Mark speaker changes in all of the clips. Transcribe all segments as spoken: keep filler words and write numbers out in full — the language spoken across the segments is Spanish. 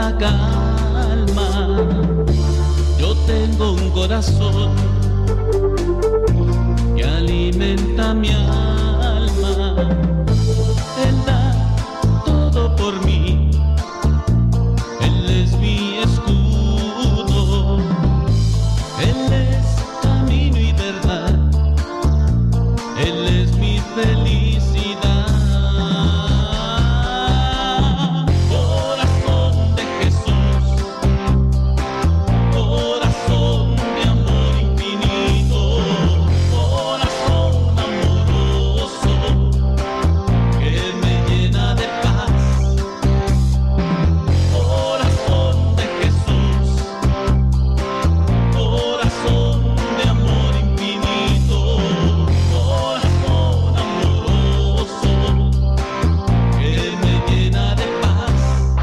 Speaker 1: la calma. Yo tengo un corazón que alimenta mi alma. Él da todo por mí. Él es mi escudo. Él es camino y verdad. Él es mi felicidad. Corazón de Jesús, corazón de amor infinito, corazón amoroso que me llena de paz. Corazón de Jesús, corazón de amor infinito, corazón amoroso que me llena de paz.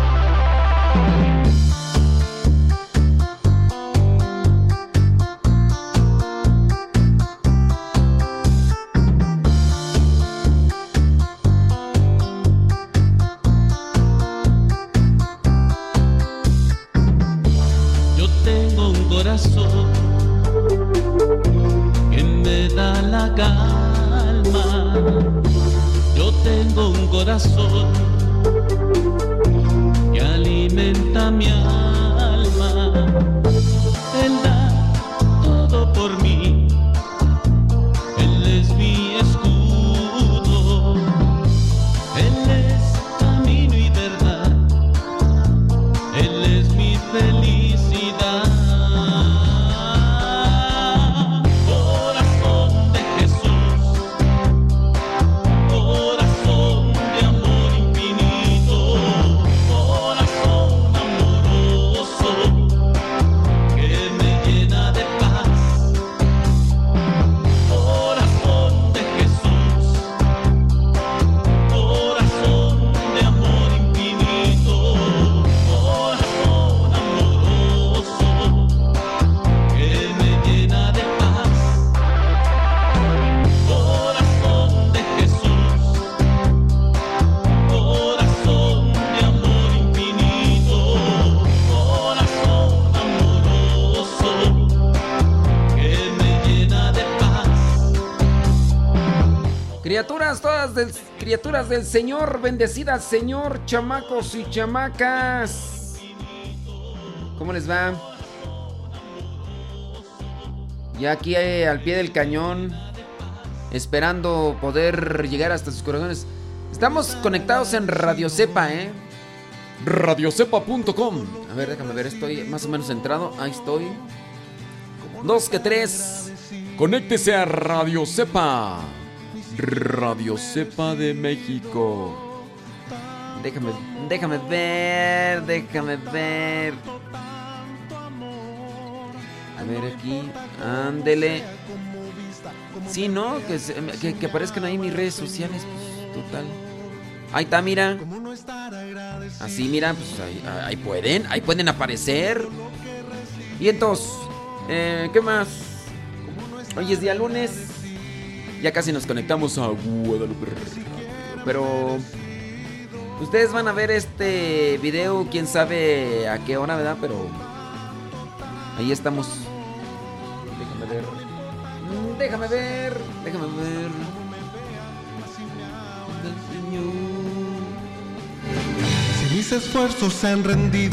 Speaker 1: Yo tengo un corazón que me da la calma. Yo tengo un corazón que alimenta mi alma. Él da todo por mí. Él es mi escudo. Él es camino y verdad. Él es mi felicidad. Corazón de Jesús, corazón de amor infinito, corazón amoroso que me llena de paz. Corazón de Jesús, corazón de amor infinito, corazón amoroso que me llena de paz. Corazón de Jesús, corazón de amor infinito, corazón amoroso que me llena de paz.
Speaker 2: Criaturas todas del, criaturas del Señor, bendecidas Señor, chamacos y chamacas. ¿Cómo les va? Ya aquí eh, al pie del cañón, esperando poder llegar hasta sus corazones. Estamos conectados en Radio Cepa, ¿eh? radio cepa punto com. A ver, déjame ver, estoy más o menos entrado. Ahí estoy. Dos que tres. Conéctese a Radio Cepa. Radio Cepa de México. Déjame, déjame ver, déjame ver. A ver aquí, ándele. Sí, ¿no? Que, se- que, que aparezcan ahí mis redes sociales, pues, total. Ahí está, mira. Así, mira, pues ahí, ahí pueden, ahí pueden aparecer. Y entonces, eh, ¿qué más? Hoy es día lunes. Ya casi nos conectamos a Guadalupe. Pero ustedes van a ver este video, quién sabe a qué hora, ¿verdad? Pero ahí estamos. Déjame ver. Mm, Déjame ver. Déjame ver.
Speaker 3: Si mis esfuerzos se han rendido,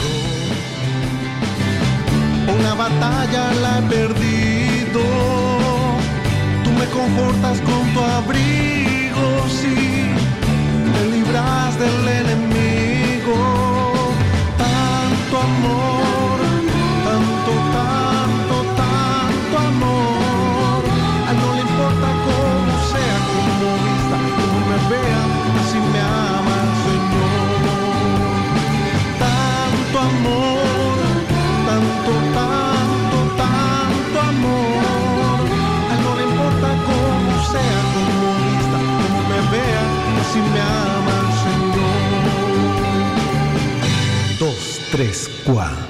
Speaker 3: una batalla la he perdido. Tú me confortas con tu abrigo, sí, me libras del enemigo. Tanto amor, tanto, tanto, tanto amor. A él no le importa cómo sea, cómo vista, cómo me vea, así me ama el Señor. Tanto amor, tanto, tanto, tanto amor. A él no le importa cómo sea, cómo vista, cómo me vea, así me ama el Señor. Dos, tres, cuatro.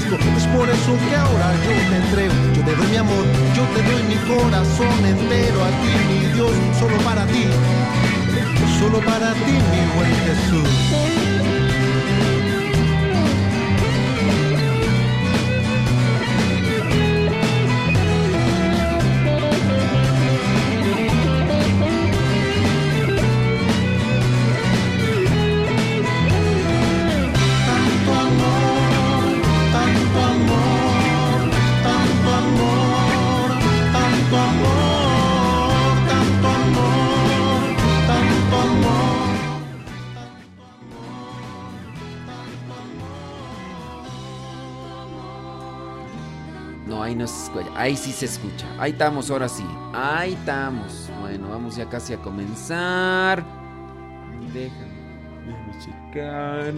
Speaker 3: contigo. Es por eso que ahora yo te entrego, yo te doy mi amor, yo te doy mi corazón entero a ti, mi Dios, solo para ti, solo para ti, mi buen Jesús.
Speaker 2: Ahí no se escucha, ahí sí se escucha. Ahí estamos, ahora sí. Ahí estamos. Bueno, vamos ya casi a comenzar. Déjame, déjame checar.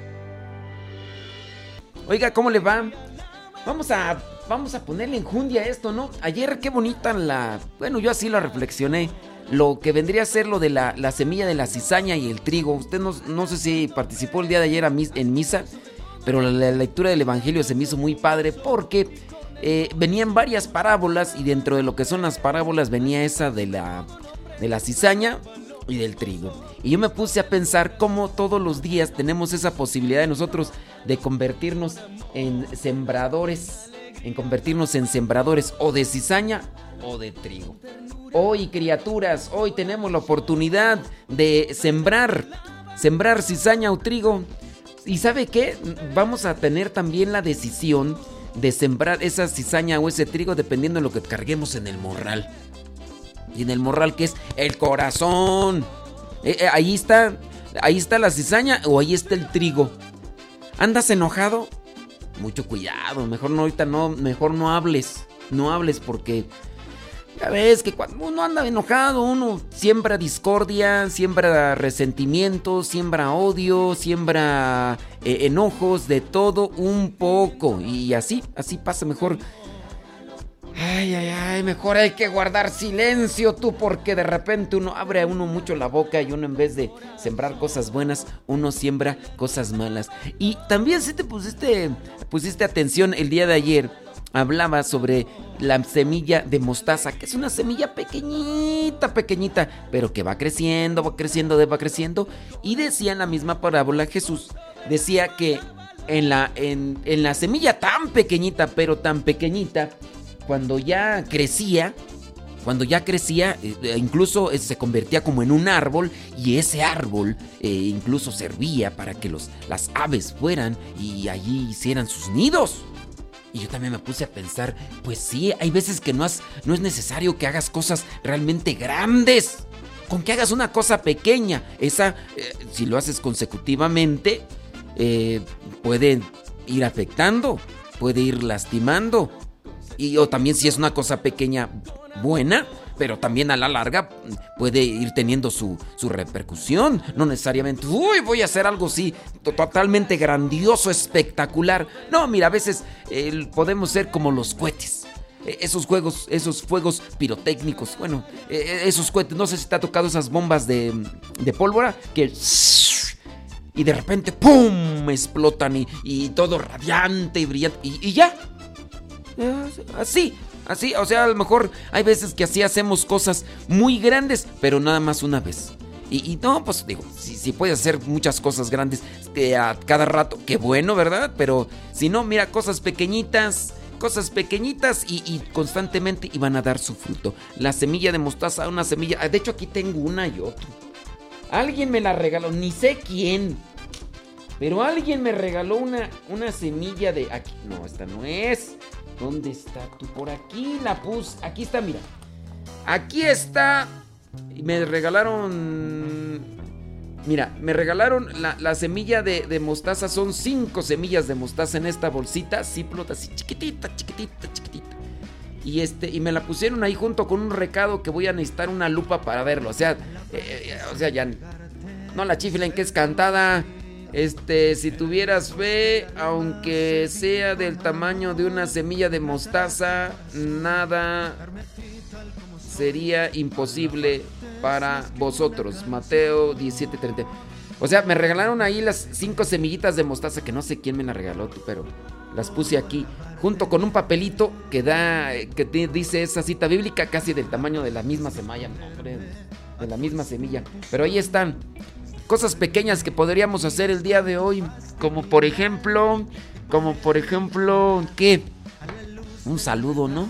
Speaker 2: Oiga, ¿cómo le va? Vamos a, vamos a ponerle enjundia a esto, ¿no? Ayer qué bonita la... Bueno, yo así lo reflexioné. Lo que vendría a ser lo de la, la semilla de la cizaña y el trigo. Usted no, no sé si participó el día de ayer a mis, en misa, pero la, la lectura del Evangelio se me hizo muy padre porque... Eh, venían varias parábolas y dentro de lo que son las parábolas venía esa de la, de la cizaña y del trigo. Y yo me puse a pensar cómo todos los días tenemos esa posibilidad de nosotros de convertirnos en sembradores, en convertirnos en sembradores o de cizaña o de trigo. Hoy, criaturas, hoy tenemos la oportunidad de sembrar, sembrar cizaña o trigo. ¿Y sabe qué? Vamos a tener también la decisión de sembrar esa cizaña o ese trigo dependiendo de lo que carguemos en el morral. Y en el morral, ¿qué es? El corazón. Eh, eh, ahí está, ahí está la cizaña o ahí está el trigo. ¿Andas enojado? Mucho cuidado, mejor no ahorita no, mejor no hables, no hables porque ya ves que cuando uno anda enojado, uno siembra discordia, siembra resentimiento, siembra odio, siembra eh, enojos, de todo un poco. Y así, así pasa mejor. Ay, ay, ay, mejor hay que guardar silencio tú, porque de repente uno abre a uno mucho la boca y uno en vez de sembrar cosas buenas, uno siembra cosas malas. Y también si te pusiste, pusiste atención el día de ayer, hablaba sobre la semilla de mostaza, que es una semilla pequeñita, pequeñita, pero que va creciendo, va creciendo, va creciendo. Y decía en la misma parábola Jesús, decía que en la, en, en la semilla tan pequeñita, pero tan pequeñita, cuando ya crecía, cuando ya crecía, eh, incluso eh, se convertía como en un árbol, y ese árbol eh, incluso servía para que los, las aves fueran y allí hicieran sus nidos. Y yo también me puse a pensar, pues sí, hay veces que no, has, no es necesario que hagas cosas realmente grandes. Con que hagas una cosa pequeña, esa, eh, si lo haces consecutivamente, eh, puede ir afectando, puede ir lastimando. Y o también si es una cosa pequeña buena, pero también a la larga puede ir teniendo su, su repercusión. No necesariamente, uy, voy a hacer algo así totalmente grandioso, espectacular. No, mira, a veces eh, podemos ser como los cohetes. Eh, esos juegos, esos fuegos pirotécnicos. Bueno, eh, esos cohetes, no sé si te ha tocado esas bombas de, de pólvora que... Y de repente, ¡pum!, explotan y, y todo radiante y brillante. Y, y ya. Así, así, o sea, a lo mejor hay veces que así hacemos cosas muy grandes, pero nada más una vez. Y, y no, pues digo, si, si puedes hacer muchas cosas grandes eh, a cada rato, qué bueno, ¿verdad? Pero si no, mira, cosas pequeñitas, cosas pequeñitas y, y constantemente y van a dar su fruto. La semilla de mostaza, una semilla, de hecho aquí tengo una y otra. Alguien me la regaló, ni sé quién. Pero alguien me regaló una, una semilla de... Aquí, no, esta no es. ¿Dónde está tú? Por aquí la puse. Aquí está, mira. Aquí está. Y me regalaron... Mira, me regalaron la, la semilla de, de mostaza. Son cinco semillas de mostaza en esta bolsita. Ziploc, así chiquitita, chiquitita, chiquitita. Y este, y me la pusieron ahí junto con un recado que voy a necesitar una lupa para verlo. O sea, eh, o sea, ya no la chiflen que es cantada. Este, si tuvieras fe, aunque sea del tamaño de una semilla de mostaza, nada sería imposible para vosotros. Mateo diecisiete treinta. O sea, me regalaron ahí las cinco semillitas de mostaza, que no sé quién me las regaló, tú, pero las puse aquí, junto con un papelito que da, que te dice esa cita bíblica, casi del tamaño de la misma semilla, hombre, de la misma semilla. Pero ahí están, cosas pequeñas que podríamos hacer el día de hoy, como por ejemplo, como por ejemplo, ¿qué? Un saludo, ¿no?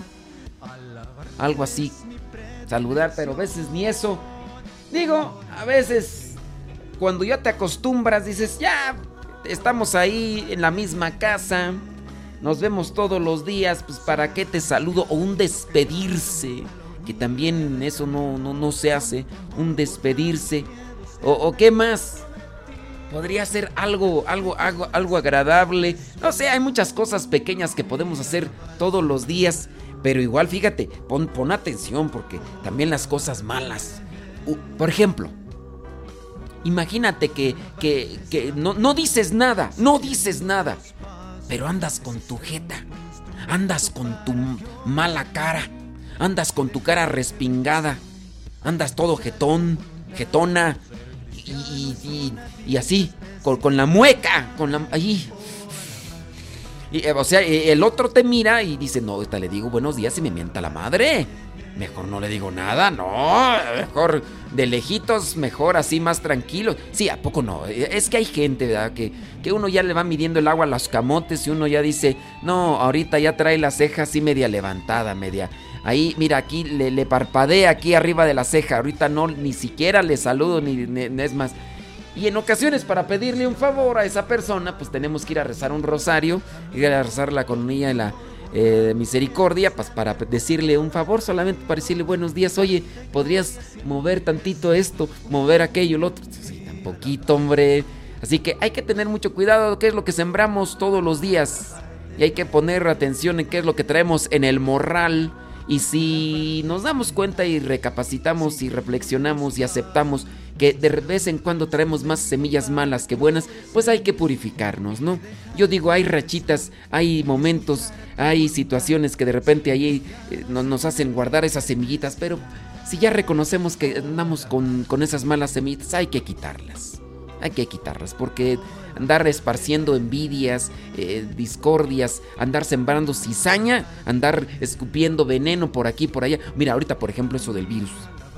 Speaker 2: Algo así, saludar, pero a veces ni eso. Digo, a veces... Cuando ya te acostumbras, dices, ya estamos ahí en la misma casa, nos vemos todos los días, pues ¿para qué te saludo? O un despedirse, que también eso no, no, no se hace, un despedirse. O, o ¿qué más? Podría ser algo, algo, algo, algo agradable. No sé, hay muchas cosas pequeñas que podemos hacer todos los días, pero igual fíjate, pon, pon atención, porque también las cosas malas. Uh, por ejemplo, imagínate que, que, que no, no dices nada, no dices nada, pero andas con tu jeta, andas con tu mala cara, andas con tu cara respingada, andas todo jetón, jetona, y, y, y, y así, con, con la mueca, con la... Ahí. Y, o sea, el otro te mira y dice, no, esta le digo buenos días y me mienta la madre. Mejor no le digo nada, no, mejor de lejitos, mejor así más tranquilo. Sí, ¿a poco no? Es que hay gente, ¿verdad? Que, que uno ya le va midiendo el agua a los camotes y uno ya dice, no, ahorita ya trae la ceja así media levantada, media... Ahí, mira, aquí le, le parpadea aquí arriba de la ceja, ahorita no, ni siquiera le saludo, ni, ni es más... Y en ocasiones para pedirle un favor a esa persona, pues tenemos que ir a rezar un rosario, ir a rezar la coronilla de la... Eh, misericordia, pues para decirle un favor, solamente para decirle buenos días, oye, ¿podrías mover tantito esto, mover aquello, lo otro? Sí, tan poquito, hombre. Así que hay que tener mucho cuidado, qué es lo que sembramos todos los días, y hay que poner atención en qué es lo que traemos en el morral. Y si nos damos cuenta y recapacitamos y reflexionamos y aceptamos que de vez en cuando traemos más semillas malas que buenas, pues hay que purificarnos, ¿no? Yo digo, hay rachitas, hay momentos, hay situaciones que de repente ahí eh, no, nos hacen guardar esas semillitas, pero si ya reconocemos que andamos con, con esas malas semillitas, hay que quitarlas. Hay que quitarlas, porque andar esparciendo envidias, eh, discordias, andar sembrando cizaña, andar escupiendo veneno por aquí, por allá. Mira, ahorita, por ejemplo, eso del virus.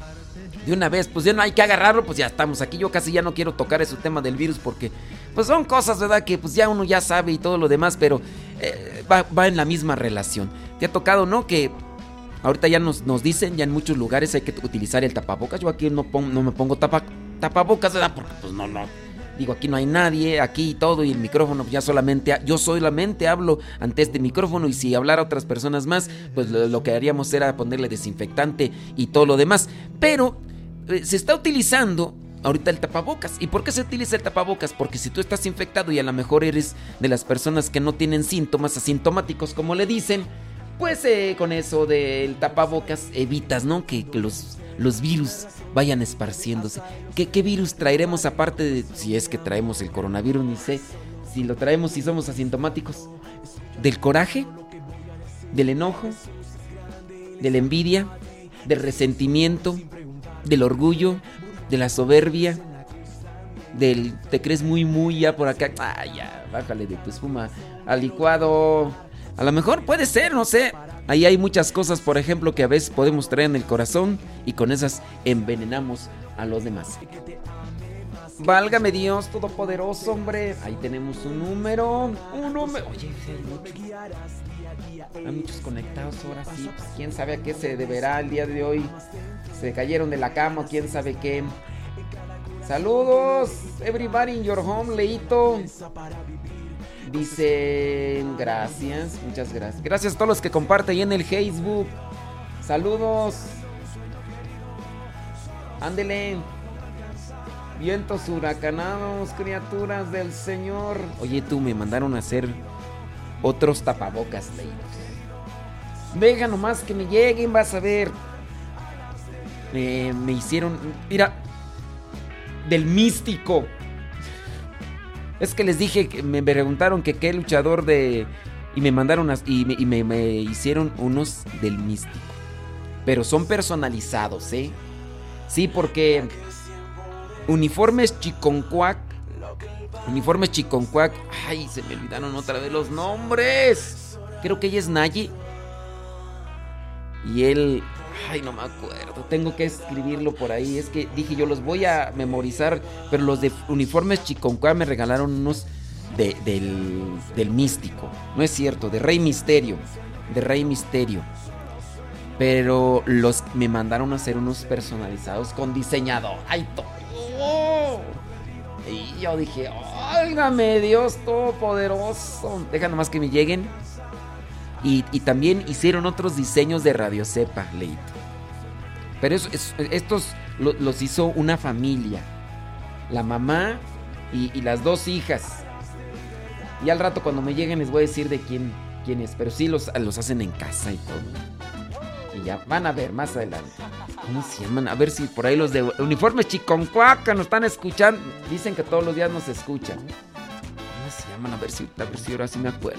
Speaker 2: De una vez, pues ya no hay que agarrarlo, pues ya estamos aquí. Yo casi ya no quiero tocar ese tema del virus porque, pues son cosas, ¿verdad? Que pues ya uno ya sabe y todo lo demás, pero eh, va, va en la misma relación. ¿Te ha tocado, no? Que ahorita ya nos, nos dicen, ya en muchos lugares hay que utilizar el tapabocas. Yo aquí no, pon, no me pongo tapa, tapabocas, ¿verdad? Porque pues no, no. Digo, aquí no hay nadie, aquí y todo, y el micrófono ya solamente, yo solamente hablo ante este micrófono, y si hablara a otras personas más, pues lo, lo que haríamos era ponerle desinfectante y todo lo demás. Pero eh, se está utilizando ahorita el tapabocas. ¿Y por qué se utiliza el tapabocas? Porque si tú estás infectado y a lo mejor eres de las personas que no tienen síntomas, asintomáticos como le dicen, pues eh, con eso del tapabocas evitas, ¿no? Que, que los... los virus vayan esparciéndose. ¿Qué, ¿Qué virus traeremos aparte de, si es que traemos el coronavirus? Ni sé si lo traemos, si somos asintomáticos. ¿Del coraje? ¿Del enojo? ¿De la envidia? ¿Del resentimiento? ¿Del orgullo? ¿De la soberbia? ¿Del te crees muy muy ya por acá? Ah, ya, bájale de tu espuma al licuado. A lo mejor puede ser, no sé. Ahí hay muchas cosas, por ejemplo, que a veces podemos traer en el corazón y con esas envenenamos a los demás. Válgame Dios Todopoderoso, hombre. Ahí tenemos un número. Un número. Oye, hay muchos, hay muchos conectados ahora sí. Pues, quién sabe a qué se deberá el día de hoy. Se cayeron de la cama, quién sabe qué. Saludos, everybody in your home, Leito. Dicen gracias, muchas gracias. Gracias a todos los que comparten ahí en el Facebook. Saludos. Ándele. Vientos huracanados, criaturas del Señor. Oye, tú, me mandaron a hacer otros tapabocas, Leitos. Deja nomás que me lleguen, vas a ver. Eh, me hicieron, mira, del místico. Es que les dije, que me preguntaron que qué luchador de... Y me mandaron a, y, me, y me, me hicieron unos del místico. Pero son personalizados, ¿eh? Sí, porque Uniformes Chiconcuac. Uniformes Chiconcuac. Ay, se me olvidaron otra vez los nombres. Creo que ella es Nayi. Y él... Ay, no me acuerdo. Tengo que escribirlo por ahí. Es que dije, yo los voy a memorizar. Pero los de Uniformes Chiconcuac me regalaron unos de, del, del místico. No es cierto, de Rey Misterio. De Rey Misterio. Pero los me mandaron a hacer unos personalizados con diseñador. ¡Ay, todo! Y yo dije, ¡óigame, Dios Todopoderoso! Deja nomás que me lleguen. Y, y también hicieron otros diseños de Radio Cepa, Leito. Pero eso, es, estos lo, los hizo una familia. La mamá y, y las dos hijas. Y al rato cuando me lleguen les voy a decir de quién, quién es. Pero sí los, los hacen en casa y todo. Y ya van a ver más adelante. ¿Cómo se llaman? A ver si por ahí los de Uniformes Chiconcuac nos están escuchando. Dicen que todos los días nos escuchan. ¿Cómo se llaman? A ver si, a ver si ahora sí me acuerdo.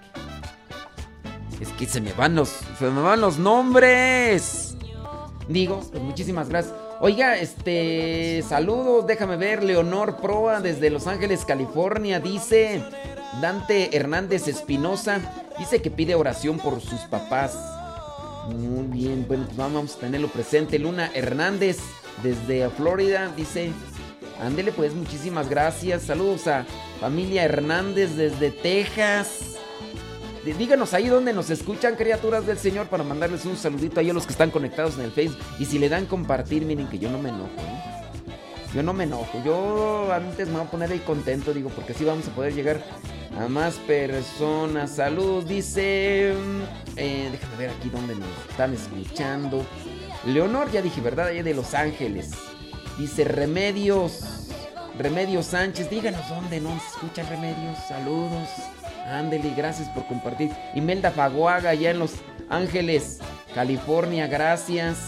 Speaker 2: Porque es que se me van los, se me van los nombres. Digo, pues muchísimas gracias. Oiga, este, saludos, déjame ver. Leonor Proa desde Los Ángeles, California, dice. Dante Hernández Espinosa dice que pide oración por sus papás. Muy bien, bueno, pues vamos a tenerlo presente. Luna Hernández desde Florida dice, ándele pues, muchísimas gracias. Saludos a familia Hernández desde Texas. Díganos ahí donde nos escuchan, criaturas del Señor, para mandarles un saludito ahí a los que están conectados en el Facebook. Y si le dan compartir, miren que yo no me enojo, ¿eh? Yo no me enojo. Yo antes me voy a poner ahí contento, digo, porque así vamos a poder llegar a más personas. Saludos, dice... Eh, déjame ver aquí donde nos están escuchando. Leonor, ya dije, ¿verdad? Allá de Los Ángeles. Dice Remedios. Remedios Sánchez. Díganos dónde nos escuchan, Remedios. Saludos. Ándele, gracias por compartir. Imelda Faguaga, allá en Los Ángeles, California, gracias.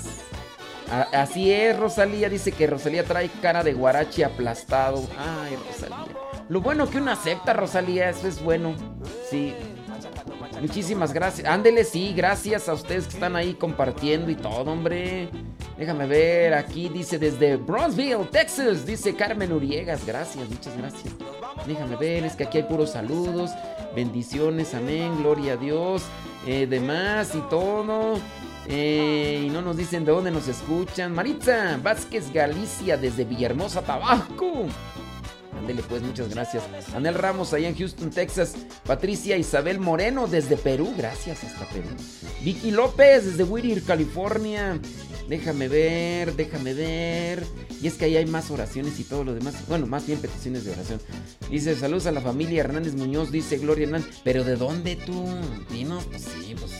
Speaker 2: A- así es, Rosalía. Dice que Rosalía trae cara de guarache aplastado. Ay, Rosalía. Lo bueno que una acepta, Rosalía, eso es bueno. Sí. Muchísimas gracias. Ándele, sí, gracias a ustedes que están ahí compartiendo y todo, hombre. Déjame ver, aquí dice desde Brownsville, Texas, dice Carmen Uriegas. Gracias, muchas gracias. Déjame ver, es que aquí hay puros saludos. Bendiciones, amén, gloria a Dios. Eh, demás y todo. Eh, y no nos dicen de dónde nos escuchan. Maritza Vázquez Galicia desde Villahermosa, Tabasco. Ándele pues, muchas gracias. Anel Ramos allá en Houston, Texas. Patricia Isabel Moreno desde Perú. Gracias, hasta Perú. Vicky López desde Whittier, California. Déjame ver, déjame ver. Y es que ahí hay más oraciones y todo lo demás. Bueno, más bien peticiones de oración. Dice, saludos a la familia Hernández Muñoz. Dice Gloria Hernández. ¿Pero de dónde tú? Dinos, pues sí, pues...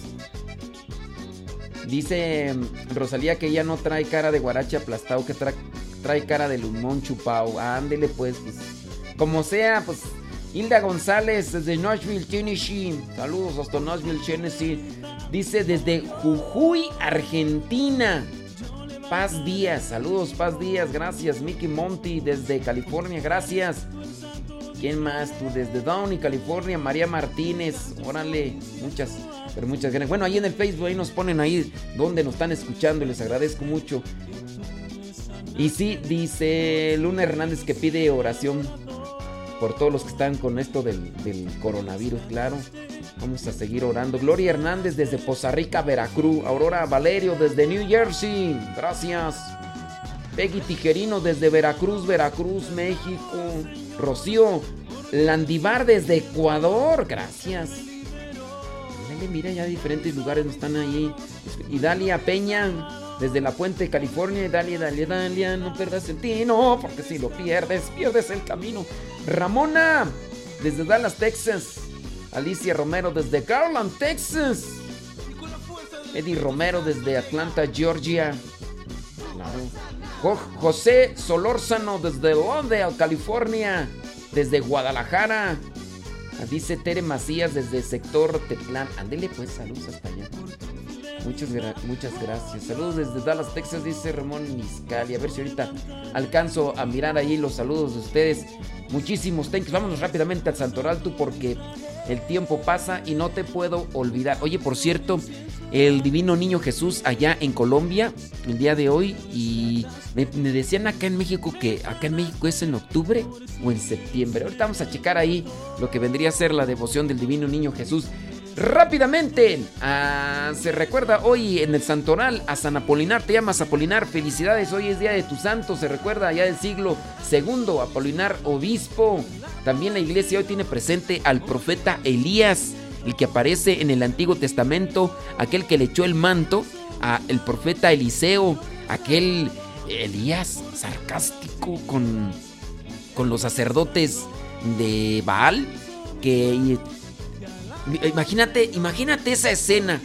Speaker 2: Dice Rosalía que ella no trae cara de guarache aplastado, que tra- trae cara de limón chupao. Ándele pues, pues, como sea, pues. Hilda González desde Nashville, Tennessee. Saludos hasta Nashville, Tennessee. Dice desde Jujuy, Argentina. Paz Díaz, saludos Paz Díaz, gracias. Mickey Monty desde California, gracias. ¿Quién más? Tú desde Downey, California. María Martínez, órale, muchas, pero muchas gracias. Bueno, ahí en el Facebook ahí nos ponen ahí donde nos están escuchando y les agradezco mucho. Y sí, dice Luna Hernández que pide oración por todos los que están con esto del, del coronavirus, claro. Vamos a seguir orando. Gloria Hernández desde Poza Rica, Veracruz. Aurora Valerio desde New Jersey, gracias. Peggy Tijerino desde Veracruz, Veracruz, México. Rocío Landivar desde Ecuador, gracias. Mira, ya diferentes lugares están ahí. Y Dalia Peña desde La Puente, California. Dalia, Dalia, Dalia, no pierdas el tino, porque si lo pierdes, pierdes el camino. Ramona desde Dallas, Texas. Alicia Romero desde Garland, Texas. Eddie Romero desde Atlanta, Georgia. Claro. Jo- José Solórzano desde Londres, California. Desde Guadalajara. Dice Tere Macías desde sector Tetlán. Ándele pues, saludos hasta allá. Muchas, gra- muchas gracias. Saludos desde Dallas, Texas, dice Ramón Miscali. A ver si ahorita alcanzo a mirar ahí los saludos de ustedes. Muchísimos thanks. Vámonos rápidamente al Santoral, tú, porque el tiempo pasa y no te puedo olvidar. Oye, por cierto, el Divino Niño Jesús allá en Colombia el día de hoy. Y me, me decían acá en México que acá en México es en octubre o en septiembre. Ahorita vamos a checar ahí lo que vendría a ser la devoción del Divino Niño Jesús. Rápidamente, ah, se recuerda hoy en el Santoral a San Apolinar. Te llamas Apolinar, felicidades, hoy es día de tu santo. Se recuerda allá del siglo segundo, Apolinar obispo. También la iglesia hoy tiene presente al profeta Elías, el que aparece en el Antiguo Testamento, aquel que le echó el manto al profeta Eliseo, aquel Elías sarcástico con, con los sacerdotes de Baal, que imagínate, imagínate esa escena,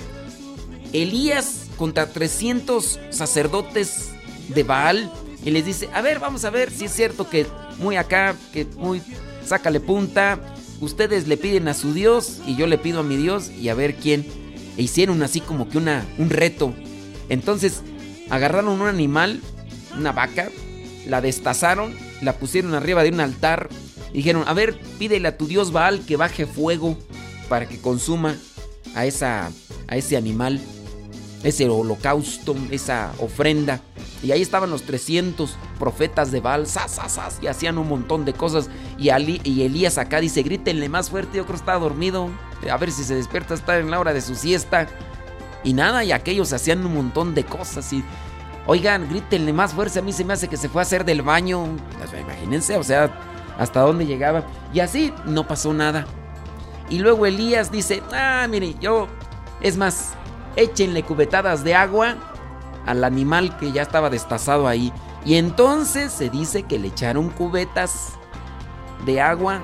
Speaker 2: Elías contra trescientos sacerdotes de Baal, y les dice, a ver, vamos a ver si es cierto que muy acá, que muy, sácale punta, ustedes le piden a su Dios y yo le pido a mi Dios, y a ver quién. E hicieron así como que una, un reto. Entonces agarraron un animal, una vaca, la destazaron, la pusieron arriba de un altar y dijeron, a ver, pídele a tu Dios Baal que baje fuego para que consuma a, esa, a ese animal, ese holocausto, esa ofrenda. Y ahí estaban los trescientos profetas de Baal, sas, sas, sas, y hacían un montón de cosas. Y, Ali, y Elías acá dice, grítenle más fuerte, yo creo que estaba dormido, a ver si se despierta, está en la hora de su siesta. Y nada, y aquellos hacían un montón de cosas. Y oigan, grítenle más fuerte, a mí se me hace que se fue a hacer del baño. Imagínense, o sea, hasta dónde llegaba. Y así no pasó nada. Y luego Elías dice, ah, mire, yo, es más, échenle cubetadas de agua al animal que ya estaba destazado ahí. Y entonces se dice que le echaron cubetas de agua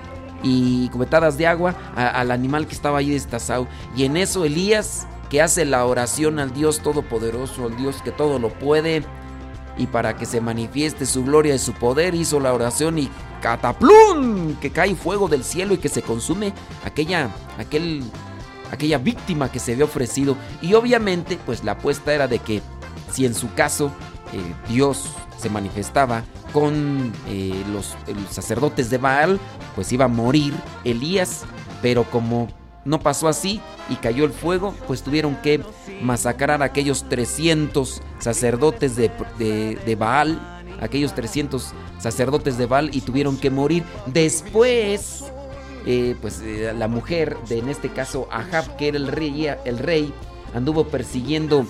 Speaker 2: y cubetadas de agua a, al animal que estaba ahí destazado. Y en eso Elías, que hace la oración al Dios Todopoderoso, al Dios que todo lo puede, y para que se manifieste su gloria y su poder, hizo la oración y ¡cataplum! Que cae fuego del cielo y que se consume aquella, aquel, aquella víctima que se había ofrecido. Y obviamente pues la apuesta era de que si en su caso eh, Dios se manifestaba con eh, los, los sacerdotes de Baal, pues iba a morir Elías. Pero como no pasó así y cayó el fuego, pues tuvieron que masacrar a aquellos trescientos sacerdotes de, de, de Baal, aquellos trescientos sacerdotes de Baal, y tuvieron que morir. Después, eh, pues eh, la mujer de, en este caso, Ahab, que era el rey, el rey, anduvo persiguiendo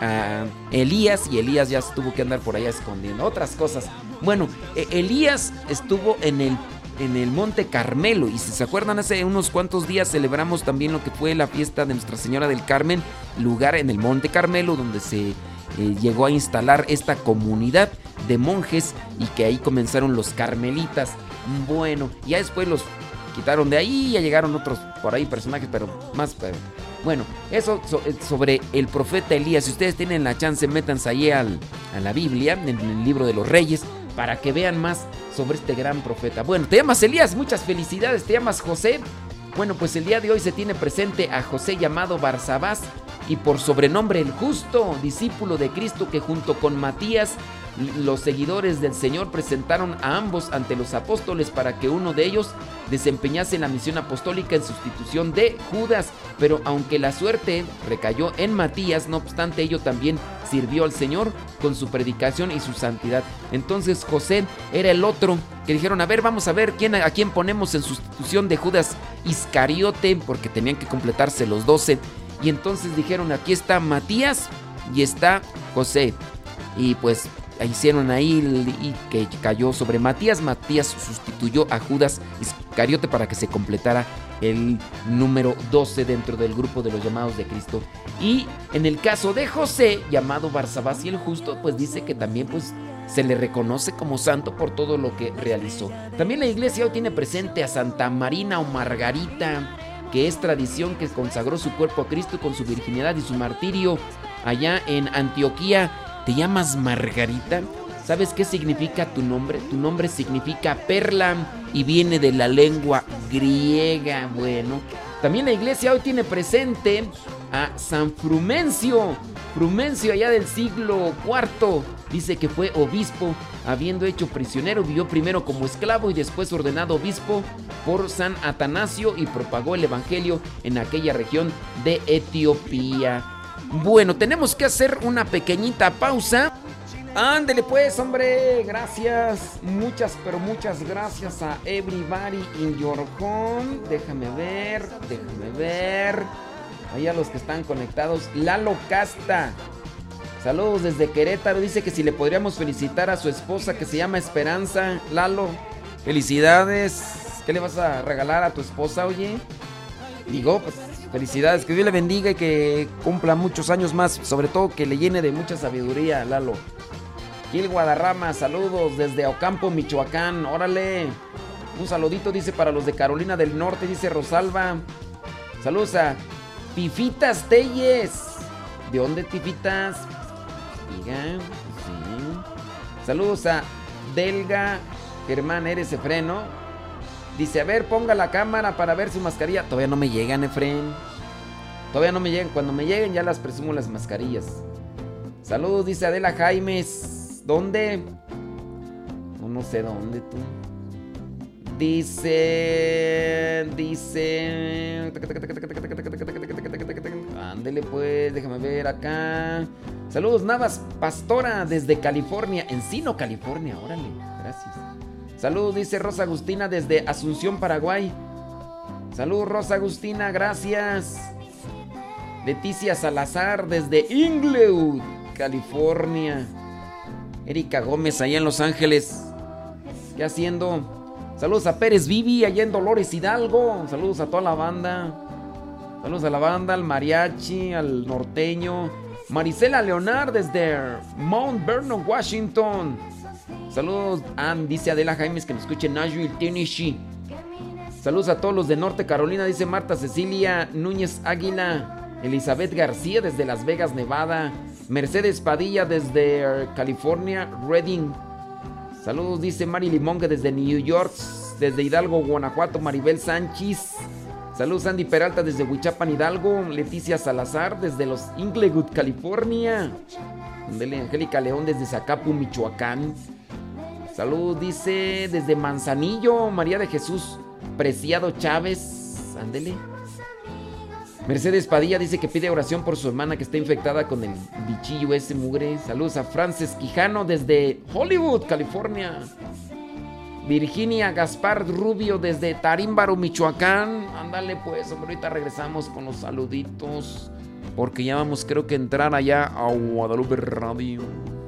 Speaker 2: a Elías, y Elías ya tuvo que andar por allá escondiendo otras cosas. Bueno, eh, Elías estuvo en el en el Monte Carmelo, y si se acuerdan, hace unos cuantos días celebramos también lo que fue la fiesta de Nuestra Señora del Carmen, lugar en el Monte Carmelo donde se eh, llegó a instalar esta comunidad de monjes, y que ahí comenzaron los carmelitas. Bueno, ya después los quitaron de ahí, ya llegaron otros por ahí personajes, pero más, pero, bueno, eso so, sobre el profeta Elías. Si ustedes tienen la chance, métanse ahí al, a la Biblia, en el libro de los Reyes, para que vean más sobre este gran profeta. Bueno, te llamas Elías, muchas felicidades. Te llamas José. Bueno, pues el día de hoy se tiene presente a José, llamado Barsabás, y por sobrenombre el Justo, discípulo de Cristo, que junto con Matías, los seguidores del Señor, presentaron a ambos ante los apóstoles para que uno de ellos desempeñase la misión apostólica en sustitución de Judas. Pero aunque la suerte recayó en Matías, no obstante ello también sirvió al Señor con su predicación y su santidad. Entonces José era el otro que dijeron, a ver, vamos a ver quién, a quién ponemos en sustitución de Judas Iscariote, porque tenían que completarse los doce. Y entonces dijeron, aquí está Matías y está José. Y pues hicieron ahí y que cayó sobre Matías. Matías sustituyó a Judas Iscariote para que se completara el número doce dentro del grupo de los llamados de Cristo. Y en el caso de José, llamado Barsabás y el Justo, pues dice que también pues se le reconoce como santo por todo lo que realizó. También la iglesia hoy tiene presente a Santa Marina o Margarita, que es tradición que consagró su cuerpo a Cristo con su virginidad y su martirio allá en Antioquía. ¿Te llamas Margarita? ¿Sabes qué significa tu nombre? Tu nombre significa perla y viene de la lengua griega. Bueno, también la iglesia hoy tiene presente a San Frumencio. Frumencio, allá del siglo cuarto, dice que fue obispo, habiendo hecho prisionero, vivió primero como esclavo y después ordenado obispo por San Atanasio, y propagó el evangelio en aquella región de Etiopía. Bueno, tenemos que hacer una pequeñita pausa. Ándele pues, hombre, gracias, muchas, pero muchas gracias a everybody in your home. Déjame ver, déjame ver. Ahí a los que están conectados. Lalo Casta, saludos desde Querétaro, dice que si le podríamos felicitar a su esposa que se llama Esperanza. Lalo, felicidades. ¿Qué le vas a regalar a tu esposa, oye? Digo, pues felicidades, que Dios le bendiga y que cumpla muchos años más, sobre todo que le llene de mucha sabiduría, Lalo. Gil Guadarrama, saludos desde Ocampo, Michoacán. Órale, un saludito, dice, para los de Carolina del Norte, dice Rosalba. Saludos a Pifitas Telles. ¿De dónde, Pifitas? Diga, sí. Saludos a Delga Germán, eres Efrén, ¿no? Dice, a ver, ponga la cámara para ver su mascarilla. Todavía no me llegan, Efrén. Todavía no me llegan. Cuando me lleguen ya las presumo las mascarillas. Saludos, dice Adela Jaimes. ¿Dónde? No, no sé dónde tú. Dice... Dice... Ándele pues, déjame ver acá. Saludos, Navas Pastora, desde California. Encino, California, órale, gracias. Saludos, dice Rosa Agustina, desde Asunción, Paraguay. Saludos, Rosa Agustina, gracias. Leticia Salazar, desde Inglewood, California. Erika Gómez, allá en Los Ángeles. ¿Qué haciendo? Saludos a Pérez Vivi, allá en Dolores Hidalgo. Saludos a toda la banda. Saludos a la banda, al mariachi, al norteño. Marisela Leonard, desde Mount Vernon, Washington. Saludos, ah, dice Adela Jaimes que nos escuche en Nashville, Tennessee. Saludos a todos los de Norte Carolina, dice Marta Cecilia Núñez Águila. Elizabeth García desde Las Vegas, Nevada. Mercedes Padilla desde California, Redding. Saludos, dice Mari Limongue desde New York. Desde Hidalgo, Guanajuato, Maribel Sánchez. Saludos, Andy Peralta desde Huichapan, Hidalgo. Leticia Salazar desde Los Inglewood, California. Andele, Angélica León desde Zacapu, Michoacán. Saludos, dice desde Manzanillo, María de Jesús Preciado Chávez. Ándele. Mercedes Padilla dice que pide oración por su hermana que está infectada con el bichillo ese mugre. Saludos a Frances Quijano desde Hollywood, California. Virginia Gaspar Rubio desde Tarímbaro, Michoacán. Ándale pues, hombre, ahorita regresamos con los saluditos, porque ya vamos, creo que entrar allá a Guadalupe Radio.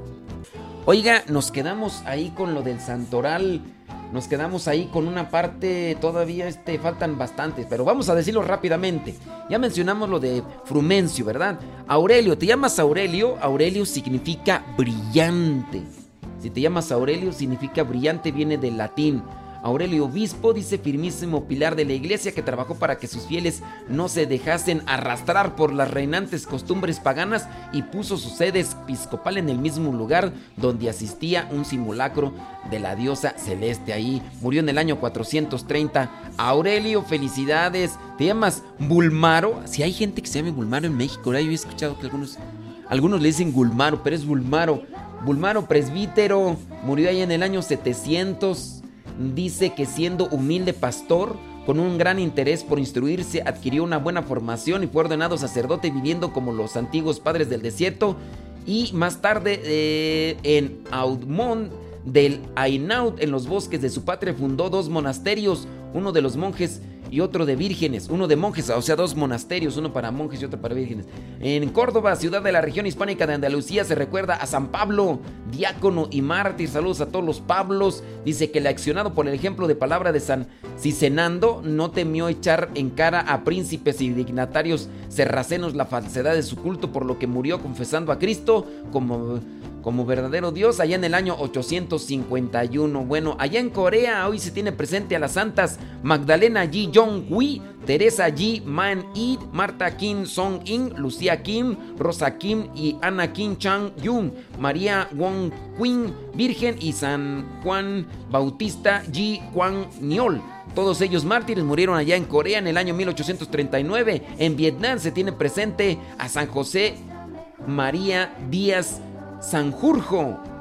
Speaker 2: Oiga, nos quedamos ahí con lo del Santoral. Nos quedamos ahí con una parte, todavía este, faltan bastantes, pero vamos a decirlo rápidamente. Ya mencionamos lo de Frumencio, ¿verdad? Aurelio, ¿te llamas Aurelio? Aurelio significa brillante. Si te llamas Aurelio, significa brillante, viene del latín. Aurelio Obispo, dice, firmísimo pilar de la iglesia que trabajó para que sus fieles no se dejasen arrastrar por las reinantes costumbres paganas y puso su sede episcopal en el mismo lugar donde asistía un simulacro de la diosa celeste. Ahí murió en el año cuatrocientos treinta. Aurelio, felicidades. ¿Te llamas Bulmaro? Si hay gente que se llama Bulmaro en México, ¿verdad? Yo he escuchado que algunos, algunos le dicen Gulmaro, pero es Bulmaro. Bulmaro, presbítero, murió ahí en el año setecientos. Dice que siendo humilde pastor, con un gran interés por instruirse, adquirió una buena formación y fue ordenado sacerdote viviendo como los antiguos padres del desierto. Y más tarde eh, en Audmont del Hainaut, en los bosques de su patria, fundó dos monasterios, uno de los monjes y otro de vírgenes, uno de monjes, o sea, dos monasterios, uno para monjes y otro para vírgenes. En Córdoba, ciudad de la región hispánica de Andalucía, se recuerda a San Pablo, diácono y mártir. Saludos a todos los Pablos. Dice que, leccionado por el ejemplo de palabra de San Cicenando, no temió echar en cara a príncipes y dignatarios sarracenos la falsedad de su culto, por lo que murió confesando a Cristo como... como verdadero Dios allá en el año ochocientos cincuenta y uno. Bueno, allá en Corea hoy se tiene presente a las santas Magdalena Ji Jong-hui, Teresa Ji Man-id, Marta Kim Song-in, Lucía Kim, Rosa Kim y Ana Kim Chang-yun, María Wong-quin, Virgen, y San Juan Bautista Ji Quang-niol. Todos ellos mártires murieron allá en Corea en el año mil ochocientos treinta y nueve. En Vietnam se tiene presente a San José María Díaz Sanjurjo.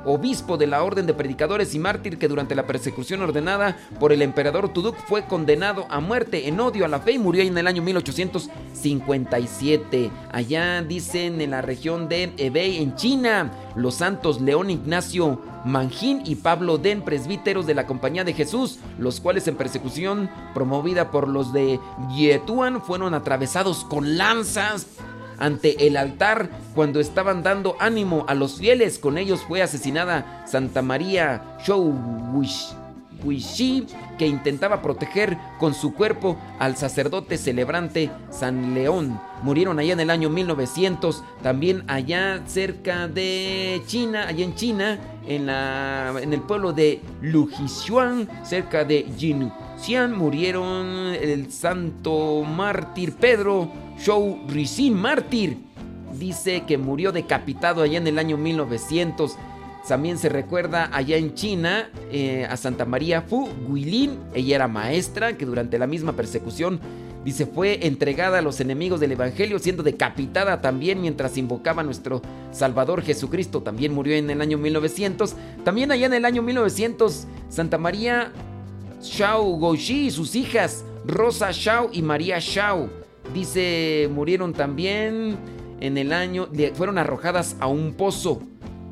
Speaker 2: obispo de la Orden de Predicadores y mártir que durante la persecución ordenada por el emperador Tuduk fue condenado a muerte en odio a la fe y murió en el año mil ochocientos cincuenta y siete. Allá dicen en la región de Hebei, en China, los santos León Ignacio Manjín y Pablo Den, presbíteros de la Compañía de Jesús, los cuales en persecución promovida por los de Yetuan fueron atravesados con lanzas ante el altar cuando estaban dando ánimo a los fieles. Con ellos fue asesinada Santa María Shou Wishi, que intentaba proteger con su cuerpo al sacerdote celebrante San León. Murieron allá en el año mil novecientos. También allá cerca de China, allá en China, en, la, en el pueblo de Lujixuan, cerca de Jinxian, murieron el santo mártir Pedro Shou Rizin, mártir. Dice que murió decapitado allá en el año mil novecientos. También se recuerda allá en China eh, a Santa María Fu Guilin. Ella era maestra que durante la misma persecución, dice, fue entregada a los enemigos del evangelio, siendo decapitada también mientras invocaba a nuestro Salvador Jesucristo. También murió en el año mil novecientos. También allá en el año mil novecientos, Santa María Shao Goshi y sus hijas Rosa Shao y María Shao, dice, murieron también en el año, fueron arrojadas a un pozo.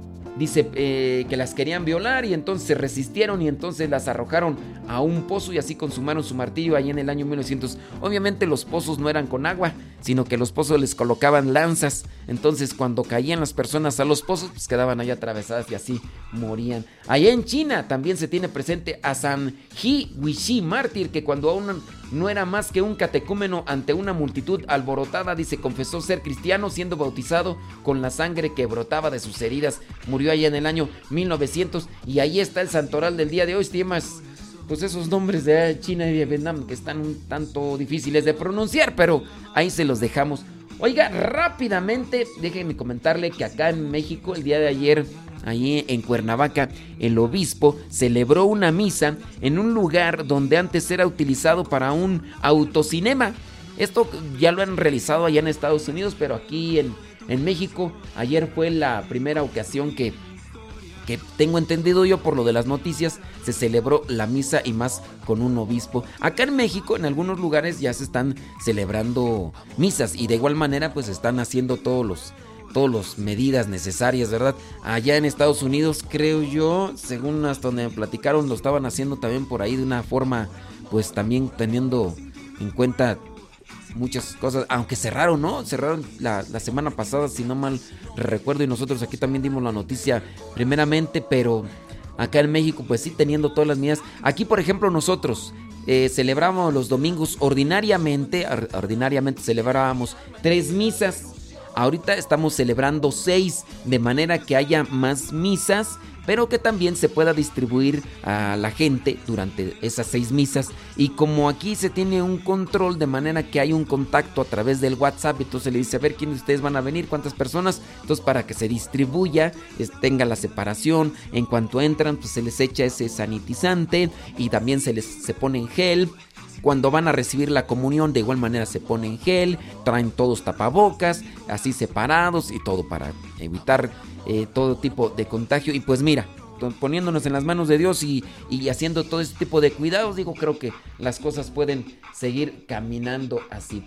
Speaker 2: Dice eh, que las querían violar y entonces se resistieron y entonces las arrojaron a un pozo y así consumaron su martirio ahí en el año mil novecientos. Obviamente los pozos no eran con agua, sino que los pozos les colocaban lanzas. Entonces cuando caían las personas a los pozos, pues quedaban ahí atravesadas y así morían. Allá en China también se tiene presente a San Ji Wishi, mártir, que cuando aún no era más que un catecúmeno ante una multitud alborotada, dice, confesó ser cristiano siendo bautizado con la sangre que brotaba de sus heridas. Murió allá en el año mil novecientos y ahí está el santoral del día de hoy. Temas, pues esos nombres de China y de Vietnam que están un tanto difíciles de pronunciar, pero ahí se los dejamos. Oiga, rápidamente, déjenme comentarle que acá en México el día de ayer, allí en Cuernavaca, el obispo celebró una misa en un lugar donde antes era utilizado para un autocinema. Esto ya lo han realizado allá en Estados Unidos, pero aquí en, en México ayer fue la primera ocasión que, que tengo entendido yo por lo de las noticias, se celebró la misa y más con un obispo. Acá en México en algunos lugares ya se están celebrando misas y de igual manera pues están haciendo todos los todas las medidas necesarias, ¿verdad? Allá en Estados Unidos, creo yo, según hasta donde me platicaron, lo estaban haciendo también por ahí de una forma, pues también teniendo en cuenta muchas cosas, aunque cerraron, ¿no? Cerraron la, la semana pasada, si no mal recuerdo, y nosotros aquí también dimos la noticia primeramente, pero acá en México, pues sí, teniendo todas las medidas. Aquí, por ejemplo, nosotros eh, celebramos los domingos ordinariamente, ordinariamente celebrábamos tres misas. Ahorita estamos celebrando seis, de manera que haya más misas, pero que también se pueda distribuir a la gente durante esas seis misas. Y como aquí se tiene un control, de manera que hay un contacto a través del WhatsApp, entonces le dice, a ver, ¿quiénes de ustedes van a venir? ¿Cuántas personas? Entonces, para que se distribuya, es, tenga la separación, en cuanto entran, pues se les echa ese sanitizante y también se les se pone en gel. Cuando van a recibir la comunión, de igual manera se ponen gel, traen todos tapabocas, así separados y todo para evitar eh, todo tipo de contagio. Y pues mira, poniéndonos en las manos de Dios y, y haciendo todo este tipo de cuidados, digo, creo que las cosas pueden seguir caminando así.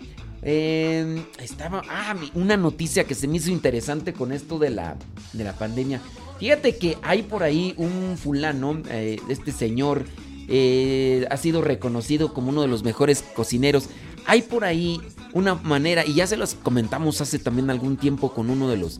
Speaker 2: Eh, estaba, ah, una noticia que se me hizo interesante con esto de la, de la pandemia. Fíjate que hay por ahí un fulano, eh, este señor... Eh, ha sido reconocido como uno de los mejores cocineros. Hay por ahí una manera, y ya se los comentamos hace también algún tiempo con uno de los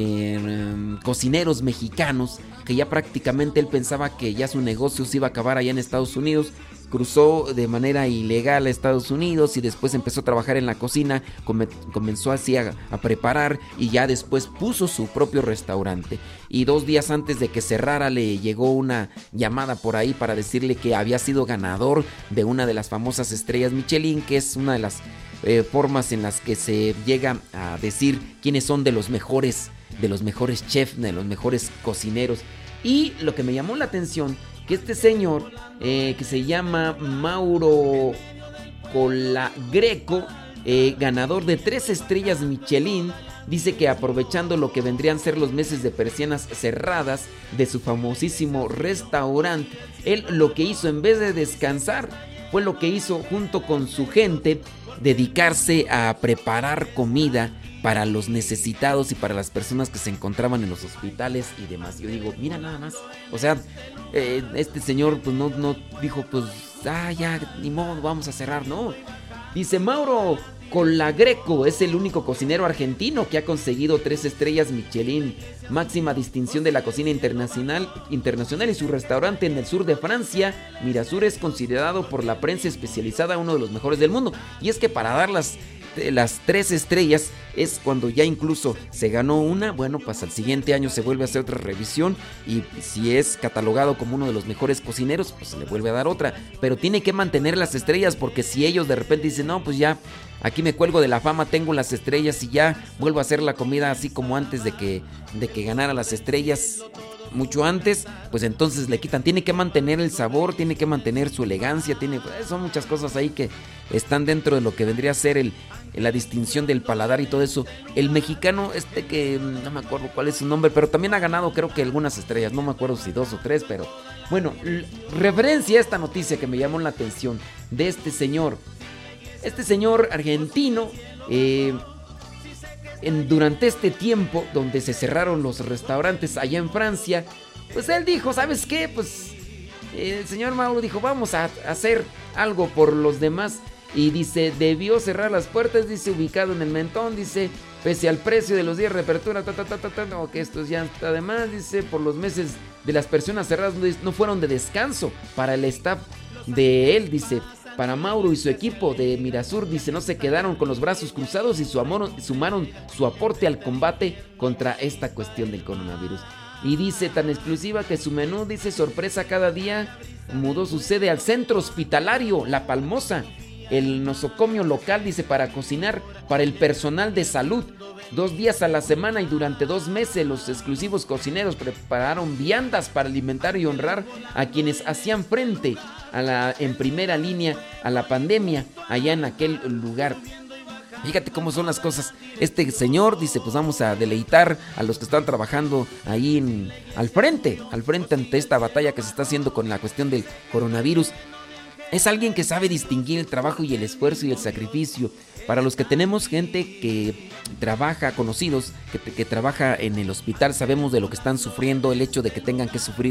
Speaker 2: eh, cocineros mexicanos, que ya prácticamente él pensaba que ya su negocio se iba a acabar allá en Estados Unidos. Cruzó de manera ilegal a Estados Unidos y después empezó a trabajar en la cocina, come, comenzó así a, a preparar y ya después puso su propio restaurante. Y dos días antes de que cerrara le llegó una llamada por ahí para decirle que había sido ganador de una de las famosas estrellas Michelin, que es una de las eh, formas en las que se llega a decir quiénes son de los mejores, de los mejores chefs, de los mejores cocineros. Y lo que me llamó la atención, que este señor eh, que se llama Mauro Colagreco, eh, ganador de tres estrellas Michelin, dice que aprovechando lo que vendrían a ser los meses de persianas cerradas de su famosísimo restaurante, él lo que hizo en vez de descansar fue lo que hizo junto con su gente, dedicarse a preparar comida para los necesitados y para las personas que se encontraban en los hospitales y demás. Yo digo, mira nada más, o sea, eh, este señor pues no, no dijo pues, ah ya, ni modo, vamos a cerrar, no. Dice Mauro Colagreco es el único cocinero argentino que ha conseguido tres estrellas Michelin, máxima distinción de la cocina internacional, internacional y su restaurante en el sur de Francia, Mirasur, es considerado por la prensa especializada uno de los mejores del mundo. Y es que para dar las, las tres estrellas es cuando ya incluso se ganó una, bueno, pues al siguiente año se vuelve a hacer otra revisión y si es catalogado como uno de los mejores cocineros, pues se le vuelve a dar otra. Pero tiene que mantener las estrellas porque si ellos de repente dicen, no, pues ya, aquí me cuelgo de la fama, tengo las estrellas y ya vuelvo a hacer la comida así como antes de que, de que ganara las estrellas, mucho antes, pues entonces le quitan. Tiene que mantener el sabor, tiene que mantener su elegancia, tiene, pues, son muchas cosas ahí que están dentro de lo que vendría a ser el, la distinción del paladar y todo eso. El mexicano este que no me acuerdo cuál es su nombre, pero también ha ganado creo que algunas estrellas, no me acuerdo si dos o tres, pero bueno, referencia a esta noticia que me llamó la atención de este señor. Este señor argentino, eh, en, durante este tiempo donde se cerraron los restaurantes allá en Francia, pues él dijo, ¿sabes qué? Pues eh, el señor Mauro dijo, vamos a hacer algo por los demás. Y dice, debió cerrar las puertas, dice, ubicado en el Mentón, dice, pese al precio de los días de reapertura, ta, ta, ta, ta, ta, no, que esto ya está de más, dice, por los meses de las personas cerradas no fueron de descanso para el staff de él, dice. Para Mauro y su equipo de Mirasur, dice, no se quedaron con los brazos cruzados y su amor, sumaron su aporte al combate contra esta cuestión del coronavirus. Y dice, tan exclusiva que su menú, dice, sorpresa cada día, mudó su sede al centro hospitalario La Palmosa, el nosocomio local, dice, para cocinar para el personal de salud. Dos días a la semana y durante dos meses los exclusivos cocineros prepararon viandas para alimentar y honrar a quienes hacían frente a la, en primera línea a la pandemia allá en aquel lugar. Fíjate cómo son las cosas. Este señor dice, pues vamos a deleitar a los que están trabajando ahí en, al frente, al frente ante esta batalla que se está haciendo con la cuestión del coronavirus. Es alguien que sabe distinguir el trabajo y el esfuerzo y el sacrificio. Para los que tenemos gente que trabaja, conocidos, que, que trabaja en el hospital, sabemos de lo que están sufriendo, el hecho de que tengan que sufrir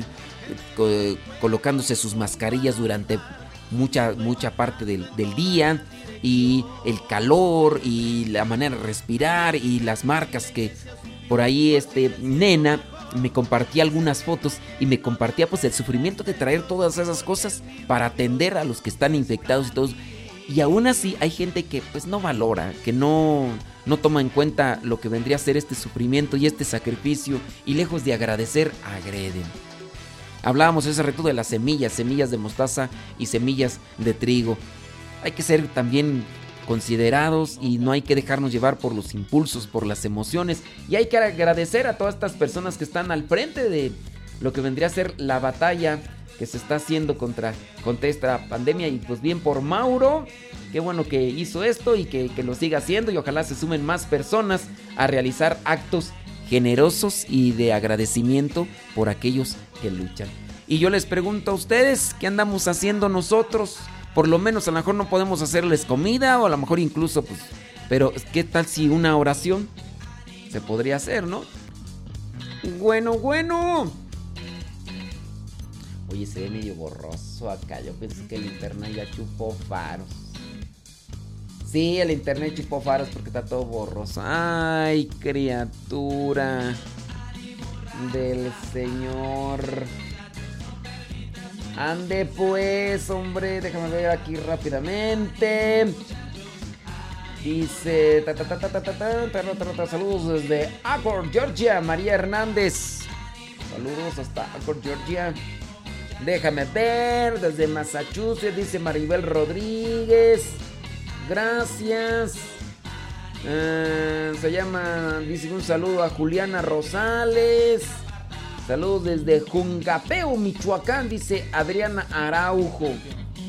Speaker 2: eh, colocándose sus mascarillas durante mucha, mucha parte del, del día, y el calor y la manera de respirar y las marcas que por ahí este nena me compartía algunas fotos y me compartía pues el sufrimiento de traer todas esas cosas para atender a los que están infectados y todos. Y aún así hay gente que pues no valora, que no, no toma en cuenta lo que vendría a ser este sufrimiento y este sacrificio, y lejos de agradecer, agreden. Hablábamos ese reto de las semillas, semillas de mostaza y semillas de trigo. Hay que ser también considerados y no hay que dejarnos llevar por los impulsos, por las emociones, y hay que agradecer a todas estas personas que están al frente de lo que vendría a ser la batalla que se está haciendo contra, contra esta pandemia. Y pues bien por Mauro, qué bueno que hizo esto y que, que lo siga haciendo, y ojalá se sumen más personas a realizar actos generosos y de agradecimiento por aquellos que luchan. Y yo les pregunto a ustedes, ¿qué andamos haciendo nosotros? Por lo menos a lo mejor no podemos hacerles comida, o a lo mejor incluso pues, pero ¿qué tal si una oración se podría hacer, no? Bueno, bueno. Oye, se ve medio borroso acá. Yo pensé que el internet ya chupó faros. Sí, el internet chupó faros porque está todo borroso. Ay, criatura del Señor. Ande pues, hombre, déjame ver aquí rápidamente. Dice, ta, ta, ta, ta, ta, ta, ta, ta, ta, ta, saludos desde Accord, Georgia, María Hernández. Saludos hasta Accord, Georgia. Déjame ver, desde Massachusetts, dice Maribel Rodríguez. Gracias. Uh, se llama, dice un saludo a Juliana Rosales. Saludos desde Juncapeo, Michoacán, dice Adriana Araujo.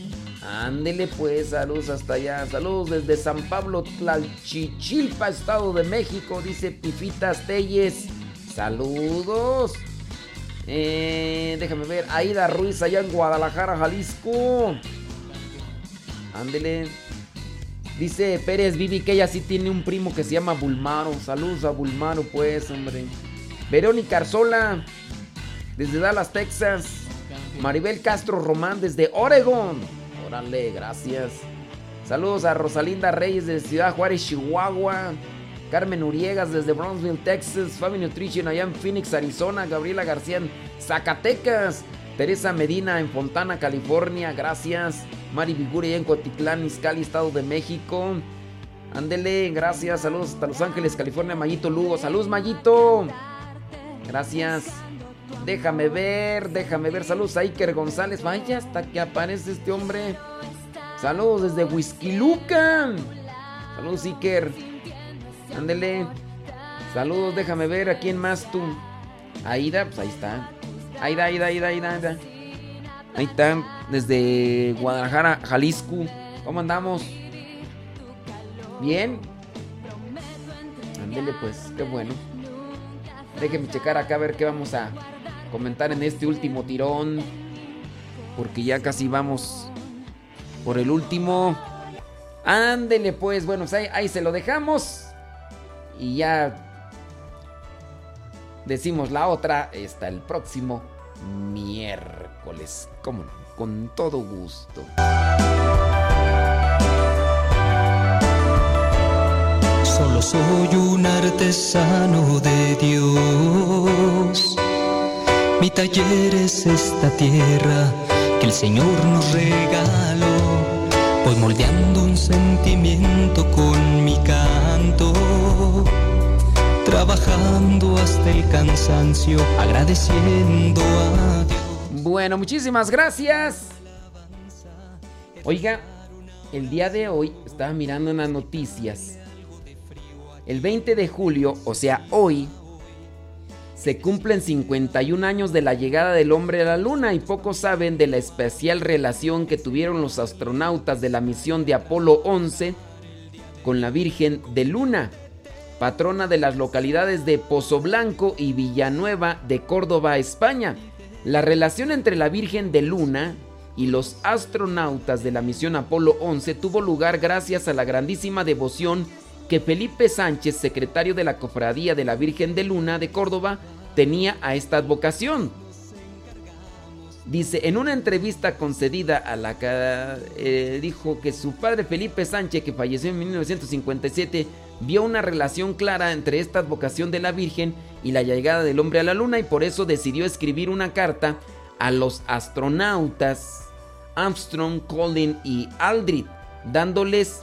Speaker 2: Ándele pues, saludos hasta allá. Saludos desde San Pablo, Tlalchichilpa, Estado de México, dice Pifitas Telles. Saludos. Eh, déjame ver, Aida Ruiz allá en Guadalajara, Jalisco. Ándele. Dice Pérez Vivi que ella sí tiene un primo que se llama Bulmaro. Saludos a Bulmaro pues, hombre. Verónica Arzola desde Dallas, Texas. Maribel Castro Román desde Oregon. Órale, gracias. Saludos a Rosalinda Reyes desde Ciudad Juárez, Chihuahua. Carmen Uriegas desde Brownsville, Texas. Family Nutrition allá en Phoenix, Arizona. Gabriela García en Zacatecas. Teresa Medina en Fontana, California. Gracias. Mari Viguri allá en Cotitlán, Izcalli, Estado de México. Ándele, gracias. Saludos hasta Los Ángeles, California. Mayito Lugo. Saludos, Mayito. Gracias. Déjame ver, déjame ver. Saludos a Iker González. Vaya, hasta que aparece este hombre. Saludos desde Huizquilucan. Saludos, Iker. Ándele. Saludos, déjame ver. ¿A quién más tú? Aida, pues ahí está. Aida, Aida, Aida, Aida, Aida. Ahí está, desde Guadalajara, Jalisco. ¿Cómo andamos? ¿Bien? Ándele pues, qué bueno. Déjenme checar acá a ver qué vamos a comentar en este último tirón, porque ya casi vamos por el último. Ándele pues, bueno, pues ahí, ahí se lo dejamos. Y ya decimos la otra hasta el próximo miércoles. Cómo no, con todo gusto.
Speaker 4: Solo soy un artesano de Dios. Mi taller es esta tierra que el Señor nos regaló. Voy moldeando un sentimiento con mi canto, trabajando hasta el cansancio, agradeciendo a Dios.
Speaker 2: Bueno, muchísimas gracias. Oiga, el día de hoy estaba mirando en las noticias. El veinte de julio, o sea, hoy, se cumplen cincuenta y un años de la llegada del hombre a la luna y pocos saben de la especial relación que tuvieron los astronautas de la misión de Apolo once con la Virgen de Luna, patrona de las localidades de Pozoblanco y Villanueva de Córdoba, España. La relación entre la Virgen de Luna y los astronautas de la misión Apolo once tuvo lugar gracias a la grandísima devoción que Felipe Sánchez, secretario de la Cofradía de la Virgen de Luna de Córdoba, tenía a esta advocación. Dice, en una entrevista concedida a la eh, dijo que su padre Felipe Sánchez, que falleció en mil novecientos cincuenta y siete, vio una relación clara entre esta advocación de la Virgen y la llegada del hombre a la luna, y por eso decidió escribir una carta a los astronautas Armstrong, Collins y Aldrin, dándoles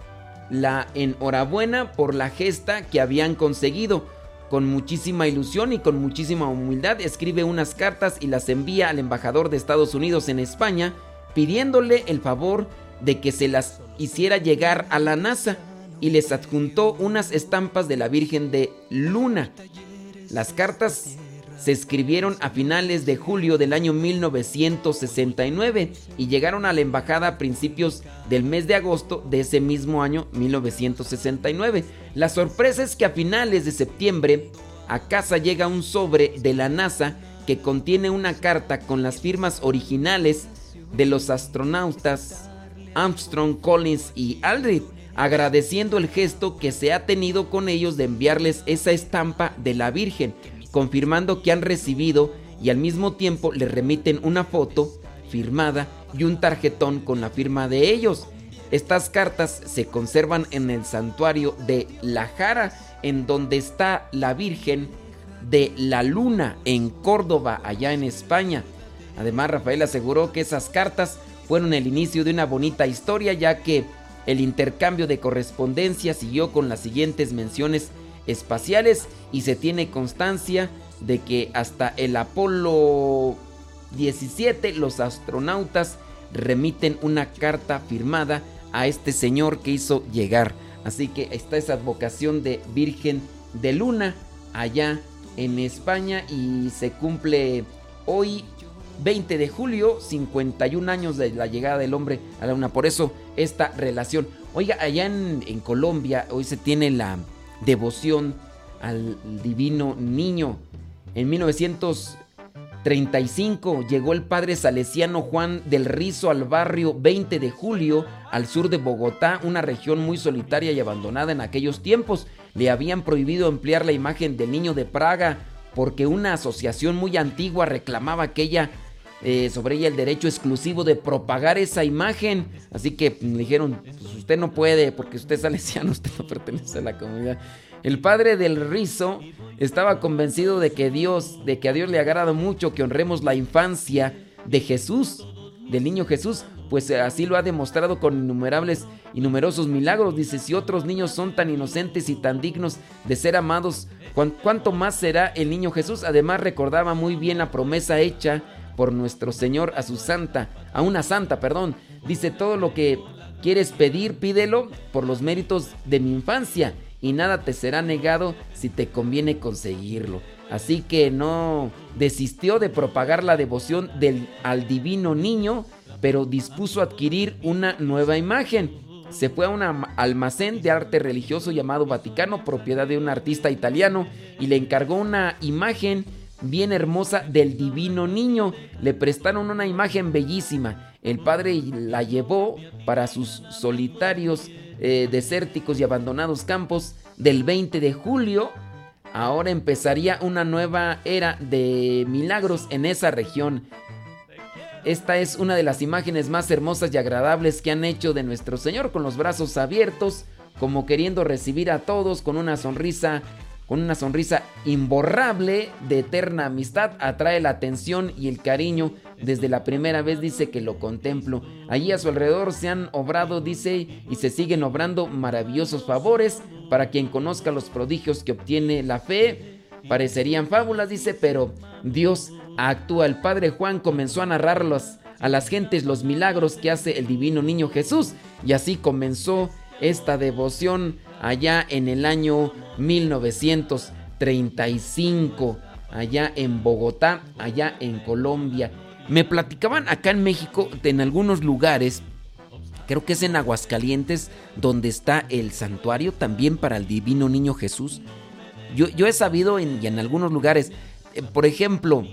Speaker 2: la enhorabuena por la gesta que habían conseguido. Con muchísima ilusión y con muchísima humildad escribe unas cartas y las envía al embajador de Estados Unidos en España, pidiéndole el favor de que se las hiciera llegar a la NASA, y les adjuntó unas estampas de la Virgen de Luna. Las cartas se escribieron a finales de julio del año mil novecientos sesenta y nueve y llegaron a la embajada a principios del mes de agosto de ese mismo año mil novecientos sesenta y nueve. La sorpresa es que a finales de septiembre a casa llega un sobre de la NASA que contiene una carta con las firmas originales de los astronautas Armstrong, Collins y Aldrin, agradeciendo el gesto que se ha tenido con ellos de enviarles esa estampa de la Virgen, confirmando que han recibido, y al mismo tiempo le remiten una foto firmada y un tarjetón con la firma de ellos. Estas cartas se conservan en el santuario de La Jara, en donde está la Virgen de la Luna, en Córdoba, allá en España. Además, Rafael aseguró que esas cartas fueron el inicio de una bonita historia, ya que el intercambio de correspondencia siguió con las siguientes menciones espaciales, y se tiene constancia de que hasta el Apolo diecisiete los astronautas remiten una carta firmada a este señor que hizo llegar. Así que está esa advocación de Virgen de Luna allá en España, y se cumple hoy veinte de julio, cincuenta y un años de la llegada del hombre a la luna. Por eso esta relación. Oiga, allá en, en Colombia hoy se tiene la devoción al divino niño. En mil novecientos treinta y cinco llegó el padre salesiano Juan del Rizo al barrio veinte de julio, al sur de Bogotá, una región muy solitaria y abandonada en aquellos tiempos. Le habían prohibido emplear la imagen del niño de Praga porque una asociación muy antigua reclamaba aquella, eh, sobre ella el derecho exclusivo de propagar esa imagen. Así que le dijeron, pues usted no puede porque usted es salesiano, usted no pertenece a la comunidad. El padre del Rizo estaba convencido de que Dios, de que a Dios le agrada mucho que honremos la infancia de Jesús, del niño Jesús, pues así lo ha demostrado con innumerables y numerosos milagros. Dice, si otros niños son tan inocentes y tan dignos de ser amados, ¿cuánto más será el niño Jesús? Además recordaba muy bien la promesa hecha por nuestro Señor a su santa, a una santa, perdón. Dice, todo lo que quieres pedir, pídelo por los méritos de mi infancia, y nada te será negado si te conviene conseguirlo. Así que no desistió de propagar la devoción del, al divino niño, pero dispuso adquirir una nueva imagen. Se fue a un almacén de arte religioso llamado Vaticano, propiedad de un artista italiano, y le encargó una imagen bien hermosa del divino niño. Le prestaron una imagen bellísima. El padre la llevó para sus solitarios, eh, desérticos y abandonados campos del veinte de julio. Ahora empezaría una nueva era de milagros en esa región. Esta es una de las imágenes más hermosas y agradables que han hecho de nuestro Señor, con los brazos abiertos, como queriendo recibir a todos, con una sonrisa, con una sonrisa imborrable de eterna amistad. Atrae la atención y el cariño desde la primera vez, dice, que lo contemplo. Allí a su alrededor se han obrado, dice, y se siguen obrando maravillosos favores para quien conozca los prodigios que obtiene la fe. Parecerían fábulas, dice, pero Dios actúa. El padre Juan comenzó a narrarlos a las gentes los milagros que hace el divino niño Jesús, y así comenzó esta devoción allá en el año mil novecientos treinta y cinco, allá en Bogotá, allá en Colombia. Me platicaban acá en México, en algunos lugares, creo que es en Aguascalientes, donde está el santuario también para el divino niño Jesús. Yo, yo he sabido en, y en algunos lugares, eh, por ejemplo,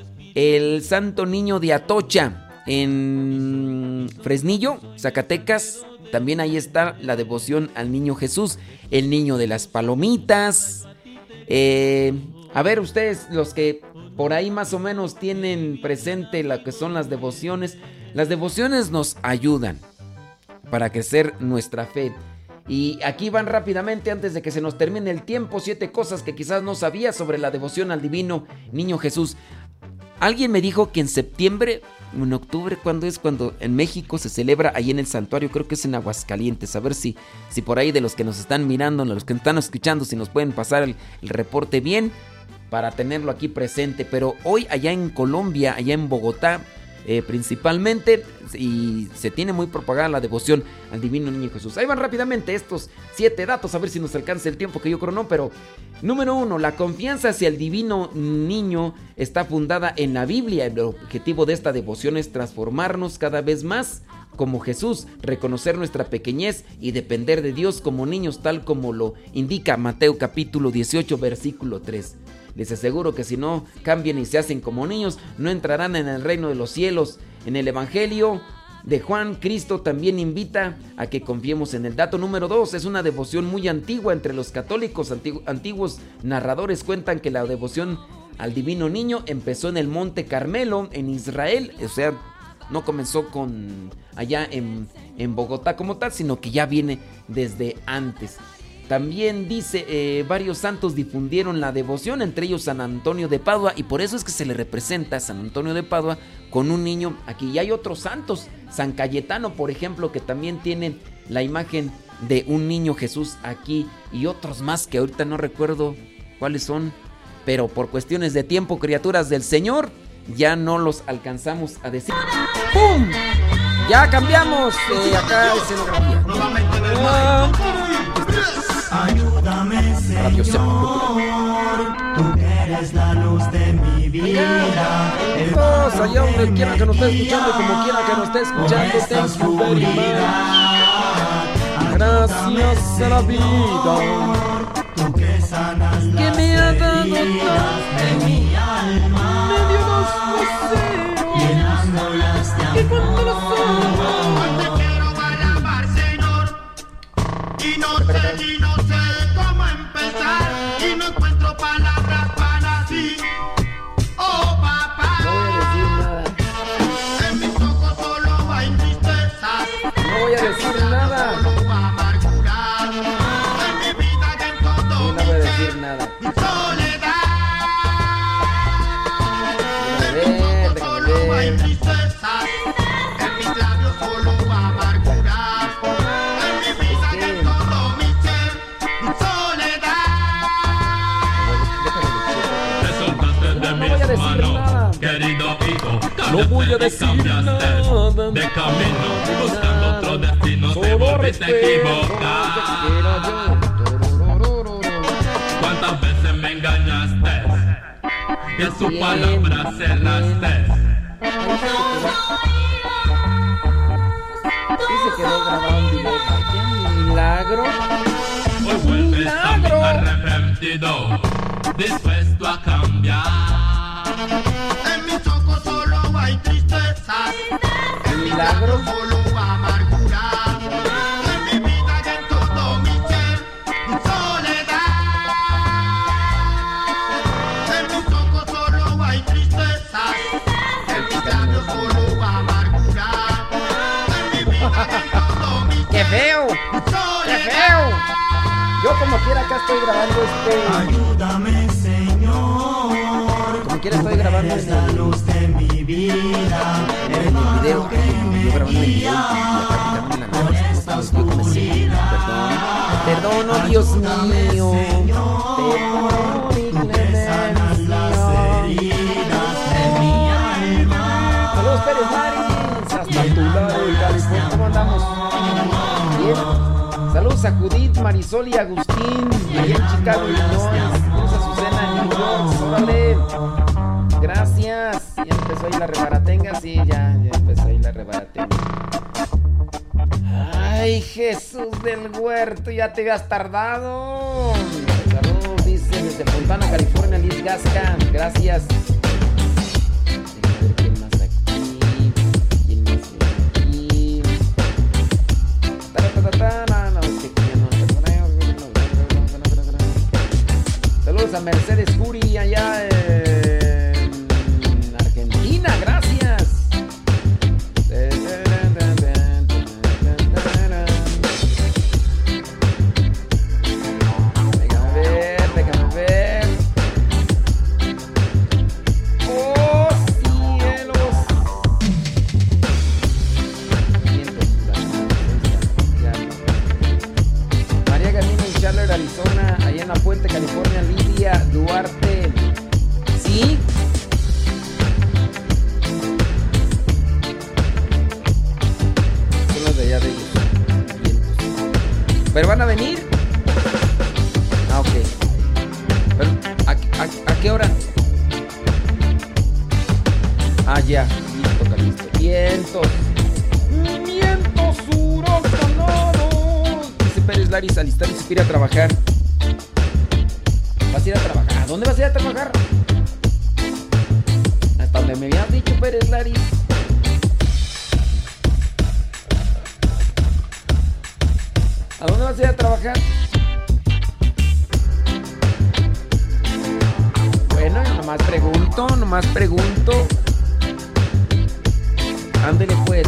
Speaker 2: el Santo Niño de Atocha, en Fresnillo, Zacatecas, también ahí está la devoción al niño Jesús. El niño de las palomitas. Eh, a ver, ustedes, los que por ahí más o menos tienen presente lo que son las devociones. Las devociones nos ayudan para crecer nuestra fe. Y aquí van rápidamente, antes de que se nos termine el tiempo, siete cosas que quizás no sabías sobre la devoción al divino niño Jesús. Alguien me dijo que en septiembre, en octubre, ¿cuándo es? Cuando en México se celebra ahí en el santuario, creo que es en Aguascalientes. A ver si, si por ahí de los que nos están mirando, de los que nos están escuchando, si nos pueden pasar el, el reporte bien para tenerlo aquí presente. Pero hoy allá en Colombia, allá en Bogotá, eh, principalmente, y se tiene muy propagada la devoción al divino niño Jesús. Ahí van rápidamente estos siete datos, a ver si nos alcanza el tiempo, que yo creo no, pero número uno, la confianza hacia el divino niño está fundada en la Biblia. El objetivo de esta devoción es transformarnos cada vez más como Jesús, reconocer nuestra pequeñez y depender de Dios como niños, tal como lo indica Mateo capítulo dieciocho, versículo tres. Les aseguro que si no cambian y se hacen como niños, no entrarán en el reino de los cielos. En el Evangelio de Juan, Cristo también invita a que confiemos en él. Dato número dos, es una devoción muy antigua entre los católicos. Antigu- antiguos narradores cuentan que la devoción al divino niño empezó en el Monte Carmelo, en Israel. O sea, no comenzó con allá en, en Bogotá como tal, sino que ya viene desde antes. También dice, eh, varios santos difundieron la devoción, entre ellos San Antonio de Padua, y por eso es que se le representa a San Antonio de Padua con un niño aquí. Y hay otros santos, San Cayetano, por ejemplo, que también tiene la imagen de un niño Jesús aquí, y otros más que ahorita no recuerdo cuáles son, pero por cuestiones de tiempo, criaturas del Señor, ya no los alcanzamos a decir. ¡Pum! Ya cambiamos eh, acá escenografía.
Speaker 5: Ayúdame, Señor, tú eres la luz de mi
Speaker 2: Todos allá donde quiera que nos esté escuchando, como quiera que nos esté escuchando, thank you very much. Gracias a la vida que me ha dado tanto en mi alma, me dio los deseos que cuando los
Speaker 5: te quiero alabar, Señor, y no sé, y no sé cómo empezar, y no encuentro palabras para ti. Oh, papá,
Speaker 2: no voy a decir nada.
Speaker 5: En mis ojos solo hay tristezas.
Speaker 2: No voy a decir nada.
Speaker 5: Solo amargura. En mi vida y en todo
Speaker 2: No
Speaker 5: mi
Speaker 2: voy a decir
Speaker 5: ser,
Speaker 2: nada.
Speaker 5: mi soledad. En
Speaker 2: Déjame
Speaker 5: mis
Speaker 2: ver,
Speaker 5: ojos
Speaker 2: déjame
Speaker 5: solo hay
Speaker 2: ver.
Speaker 5: tristezas. En mis labios solo amargura. En mi vida y en todo mi ser, mi soledad.
Speaker 6: Te soltaste de
Speaker 2: No, no
Speaker 6: mis
Speaker 2: voy a decir
Speaker 6: manos,
Speaker 2: nada.
Speaker 6: querido hijo.
Speaker 2: No voy a
Speaker 6: Cambiaste y
Speaker 2: decir
Speaker 6: cambiaste
Speaker 2: nada.
Speaker 6: de camino, buscando otro destino, te
Speaker 2: Solo
Speaker 6: volviste a
Speaker 2: respeto,
Speaker 6: equivocar.
Speaker 2: te quiero yo.
Speaker 6: ¿Cuántas veces me engañaste? Que su palabra cerraste.
Speaker 2: Y se quedó grabado en video. ¡Qué milagro!
Speaker 6: Hoy vuelves a mí
Speaker 2: ¡Milagro!
Speaker 6: arrepentido, dispuesto a cambiar.
Speaker 5: En mis ojos solo hay tristezas. En mis
Speaker 2: Milagro.
Speaker 5: labios solo amargura. En mi vida y en todo mi ser, mi soledad. En mis ojos solo hay tristezas. En mis labios solo amargura. En mi vida y en todo mi ser,
Speaker 2: ¡Qué feo!
Speaker 5: mi
Speaker 2: ¡Qué
Speaker 5: soledad.
Speaker 2: feo! Yo como quiera acá estoy grabando este...
Speaker 7: Ayúdame, Señor,
Speaker 2: Como quiera estoy grabando
Speaker 7: es
Speaker 2: este...
Speaker 7: la luz de mi vida,
Speaker 2: En el video, yo grabando el video y practicando en la nada. Yo como siempre, perdón. Perdón, oh Dios mío. Perdón, mi clemencia. Saludos, Pérez Maris. Hasta tu lado, California. ¿Cómo andamos? Bien. Saludos a Judith, Marisol y Agustín. Allá en Chicago, Illinois. Saludos a Susana en New York. Órale. Gracias. Ya empezó ahí la rebaratenga. Sí, ya, ya empezó ahí la rebaratenga. Ay, Jesús del Huerto, ya te habías tardado. Saludos, dice desde Fontana, California, Liz Gasca. Gracias. Déjame ver quién más aquí. ¿Quién más aquí? Taratatana, no, es que aquí ya no. Saludos a Mercedes Curi allá en Argentina, gracias. Déjame ver, déjame ver. ¡Oh, cielos! María Gamina en Chandler, Arizona, allá en La Puente, California, Lidia Duarte. ¿Sí? Son las de allá de ellos. ¿Pero van a venir? Ah, ok. ¿Pero a, a, a qué hora? Ah, ya. Listo, listo. Vientos. Vientos huracanados. Dice Pérez Laris, alistar y se quiere a trabajar. ¿Vas a ir a trabajar? ¿A dónde vas a ir a trabajar? Hasta donde me habías dicho, Pérez Laris. ¿A dónde vas a ir a trabajar? Bueno, nomás pregunto, nomás pregunto. Ándele pues.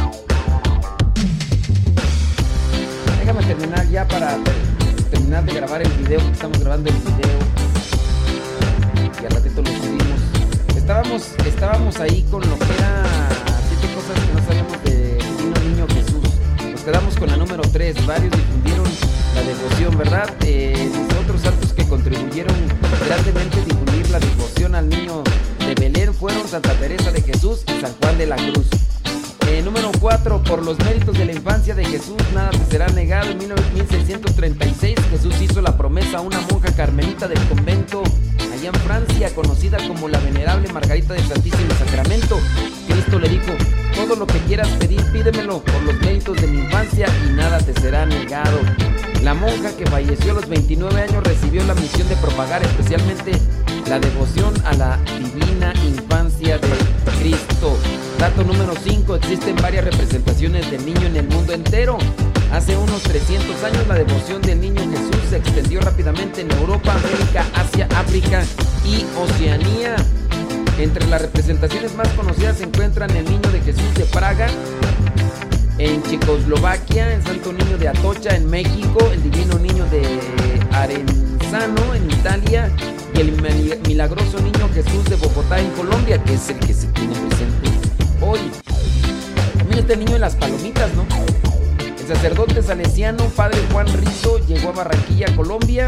Speaker 2: Déjame terminar ya para ter- terminar de grabar el video. Estamos grabando el video. Y al ratito lo subimos. Estábamos, estábamos ahí con lo que era siete cosas que no sabíamos de Divino Niño Jesús. Nos quedamos con la número tres. Varios difundieron la devoción, ¿verdad? Eh, otros santos que contribuyeron grandemente a difundir la devoción al niño de Belén fueron Santa Teresa de Jesús y San Juan de la Cruz. Eh, número cuatro, por los méritos de la infancia de Jesús, nada te será negado. En mil seiscientos treinta y seis, Jesús hizo la promesa a una monja carmelita del convento allá en Francia, conocida como la venerable Margarita del Santísimo Sacramento. Cristo le dijo: todo lo que quieras pedir, pídemelo por los méritos de mi infancia y nada te será negado. La monja, que falleció a los veintinueve años, recibió la misión de propagar especialmente la devoción a la divina infancia de Cristo. Dato número cinco, existen varias representaciones del niño en el mundo entero. Hace unos trescientos años la devoción del niño Jesús se extendió rápidamente en Europa, América, Asia, África y Oceanía. Entre las representaciones más conocidas se encuentran el Niño de Jesús de Praga, en Checoslovaquia, el Santo Niño de Atocha en México, el Divino Niño de Arenzano en Italia y el Milagroso Niño Jesús de Bogotá en Colombia, que es el que se tiene presente hoy. También este niño en las Palomitas, ¿no? El sacerdote salesiano Padre Juan Rizo llegó a Barranquilla, Colombia.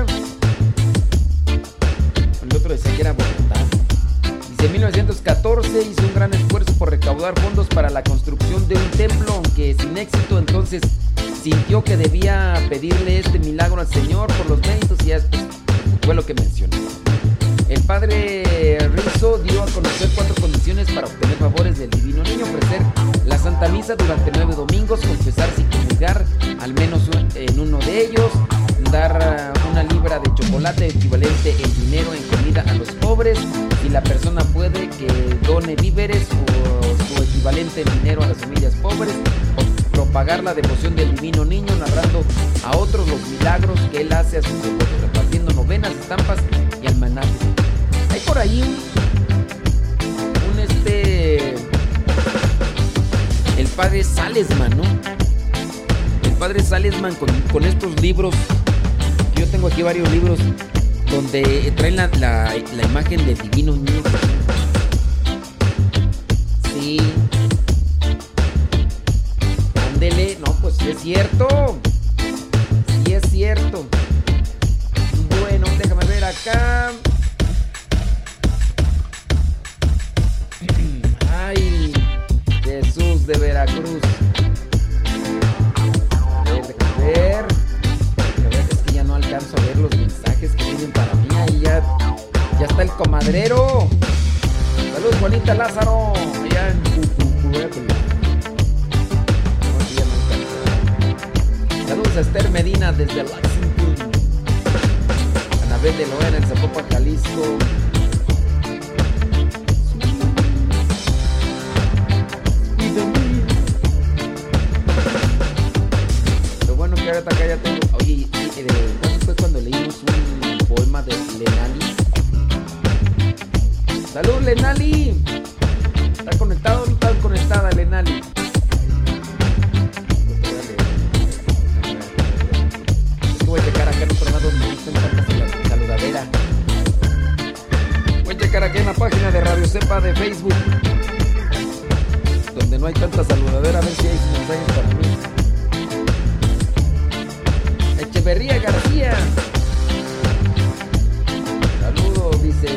Speaker 2: El otro decía que era Bogotá. En mil novecientos catorce hizo un gran esfuerzo por recaudar fondos para la construcción de un templo, aunque sin éxito. Entonces sintió que debía pedirle este milagro al Señor por los méritos y esto fue lo que mencioné. El padre Rizo dio a conocer cuatro condiciones para obtener favores del Divino Niño: ofrecer la Santa Misa durante nueve domingos, confesarse y comulgar al menos en uno de ellos, dar una libra de chocolate equivalente en dinero en comida a los pobres, y la persona puede que done víveres o su equivalente en dinero a las familias pobres, o propagar la devoción del Divino Niño narrando a otros los milagros que él hace a sus devotos, repartiendo novenas, estampas y almanaques. Hay por ahí un, un este el padre Salesman, ¿no? El padre Salesman con, con estos libros. Yo tengo aquí varios libros donde traen la, la, la imagen del Divino Niño. Sí. Ándele. No, pues sí es cierto. Sí es cierto. Bueno, déjame ver acá. Ay, Jesús de Veracruz. A ver, déjame ver. No alcanzo a ver los mensajes que vienen para mí. Ahí ya, ya está el comadrero. Saludos, Juanita Lázaro. Allá en Puebla. Saludos a Esther Medina desde Lexington. Anabel de Loera en Zapopan, Jalisco. Lo bueno que ahorita acá ya tengo. Oye, ¿cuándo fue cuando leímos un poema de Lenali? ¡Salud, Lenali! ¿Está conectado o no está conectada, Lenali? Es que voy a checar acá en otro lado donde no estén tanta saludadera. Voy a checar aquí en la página de Radio Cepa de Facebook, donde no hay tanta saludadera, a ver si hay mensajes para mí. Echeverría García. Saludos, dice.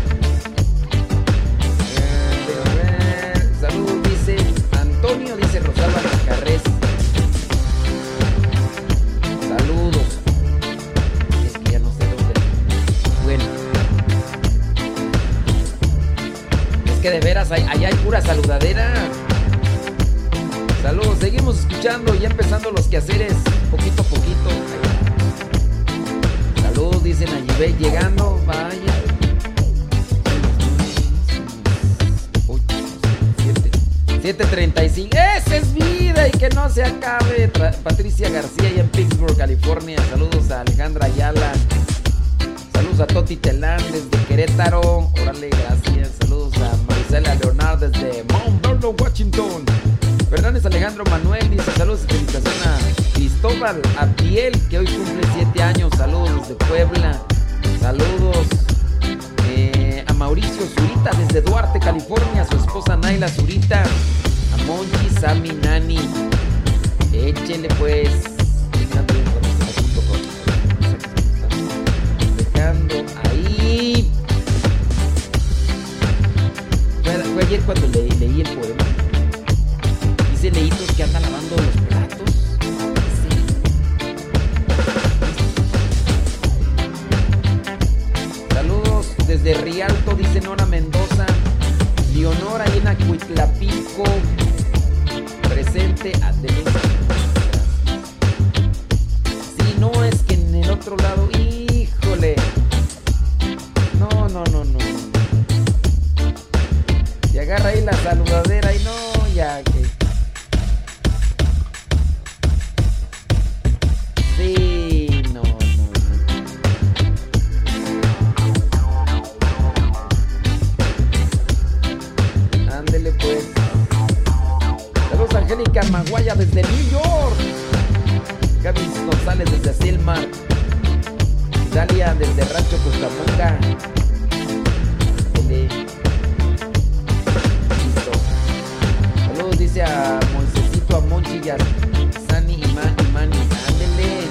Speaker 2: Eh, Saludos, dice Antonio, dice Rosalba Macarrés. Saludos. Es que ya no sé dónde. Bueno. Es que de veras, allá hay pura saludadera. Saludos, seguimos escuchando, ya empezando los quehaceres, poquito a poquito. Saludos, dicen allí, llegando, vaya. siete treinta y cinco, ¡esa es vida y que no se acabe! Tra- Patricia García, allá en Pittsburgh, California. Saludos a Alejandra Ayala. Saludos a Toti Telán desde Querétaro. Órale, gracias. Saludos a Marisela Leonard desde Mount Vernon, Washington. Fernández Alejandro Manuel dice saludos y felicitación a Cristóbal Abdiel, que hoy cumple siete años. Saludos desde Puebla. Saludos eh, a Mauricio Zurita desde Duarte, California. A su esposa Naila Zurita. A Monchi, Sammy, Nani. Échele pues. Dejando ahí. Fue, fue ayer cuando le, leí el poema. Dice, Tlapico. Presente, ándele. Si no es que en el otro lado, híjole. No, no, no, no. Y agarra ahí la saludadera y no, ya que. Sí, no, no, no. Ándele pues. Saludos Angélica Maguaya desde New York. Gaby González desde Silmar. Dalia desde Rancho Cucamonga. Ándele. Listo. Saludos dice a Moisésito, a Monchi y a Sani y Mani, Mani. Ándele.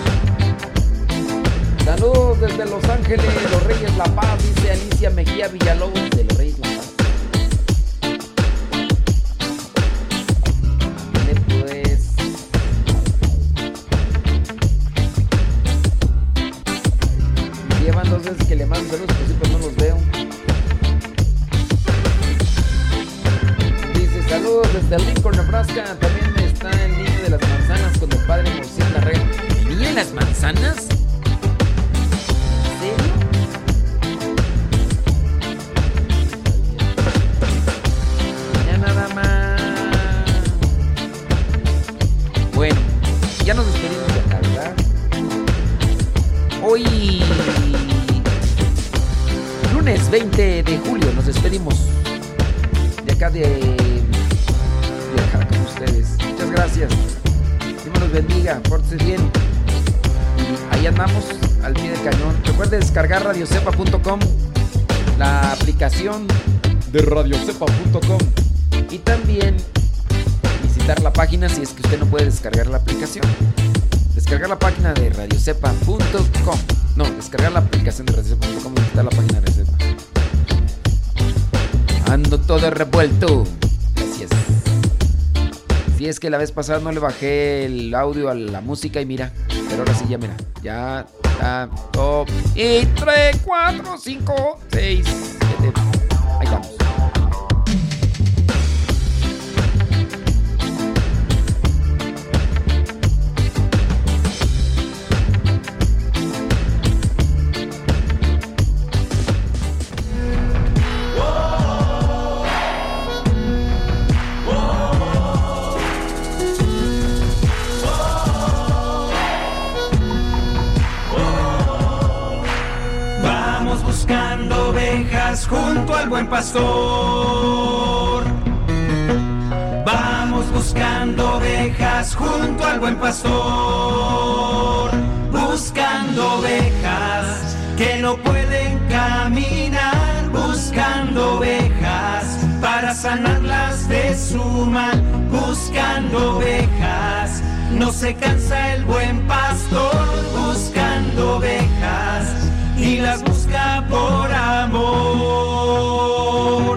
Speaker 2: Saludos desde Los Ángeles, Los Reyes La Paz, dice Alicia Mejía Villalobos de Los Reyes La Paz. Ándele pues. Llevan dos veces que le mando saludos, pues sí, pues no los veo. Dice saludos desde Lincoln, Nebraska. También está el niño de las manzanas con el padre Moisés Larrea. ¿El niño de las manzanas? Ya nada más. Bueno, ya nos despedimos de acá, ¿verdad? Hoy, lunes veinte de julio, nos despedimos de acá de, de acá con ustedes. Muchas gracias. Dios los bendiga, pórtense bien. Y ahí andamos al pie del cañón. Recuerde descargar radiocepa punto com, la aplicación de radiocepa punto com, y también visitar la página si es que usted no puede descargar la aplicación. Descargar la página de radiocepa punto com. No, descargar la aplicación de radiocepa punto com y visitar la página de radiocepa. Ando todo revuelto. Gracias. Si es que la vez pasada no le bajé el audio a la música y mira, pero ahora sí ya mira, ya está top. Y tres, cuatro, cinco, seis, siete. Ahí estamos.
Speaker 7: Buscando ovejas junto al buen pastor. Vamos buscando ovejas junto al buen pastor. Buscando ovejas que no pueden caminar. Buscando ovejas para sanarlas de su mal. Buscando ovejas, no se cansa el buen pastor. Buscando ovejas y las busca por amor.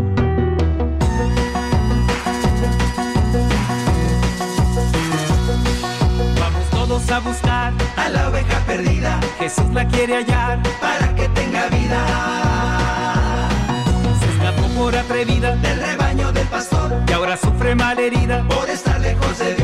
Speaker 7: Vamos todos a buscar a la oveja perdida. Jesús la quiere hallar para que tenga vida. Se escapó por atrevida del rebaño del pastor y ahora sufre malherida por estar lejos de Dios.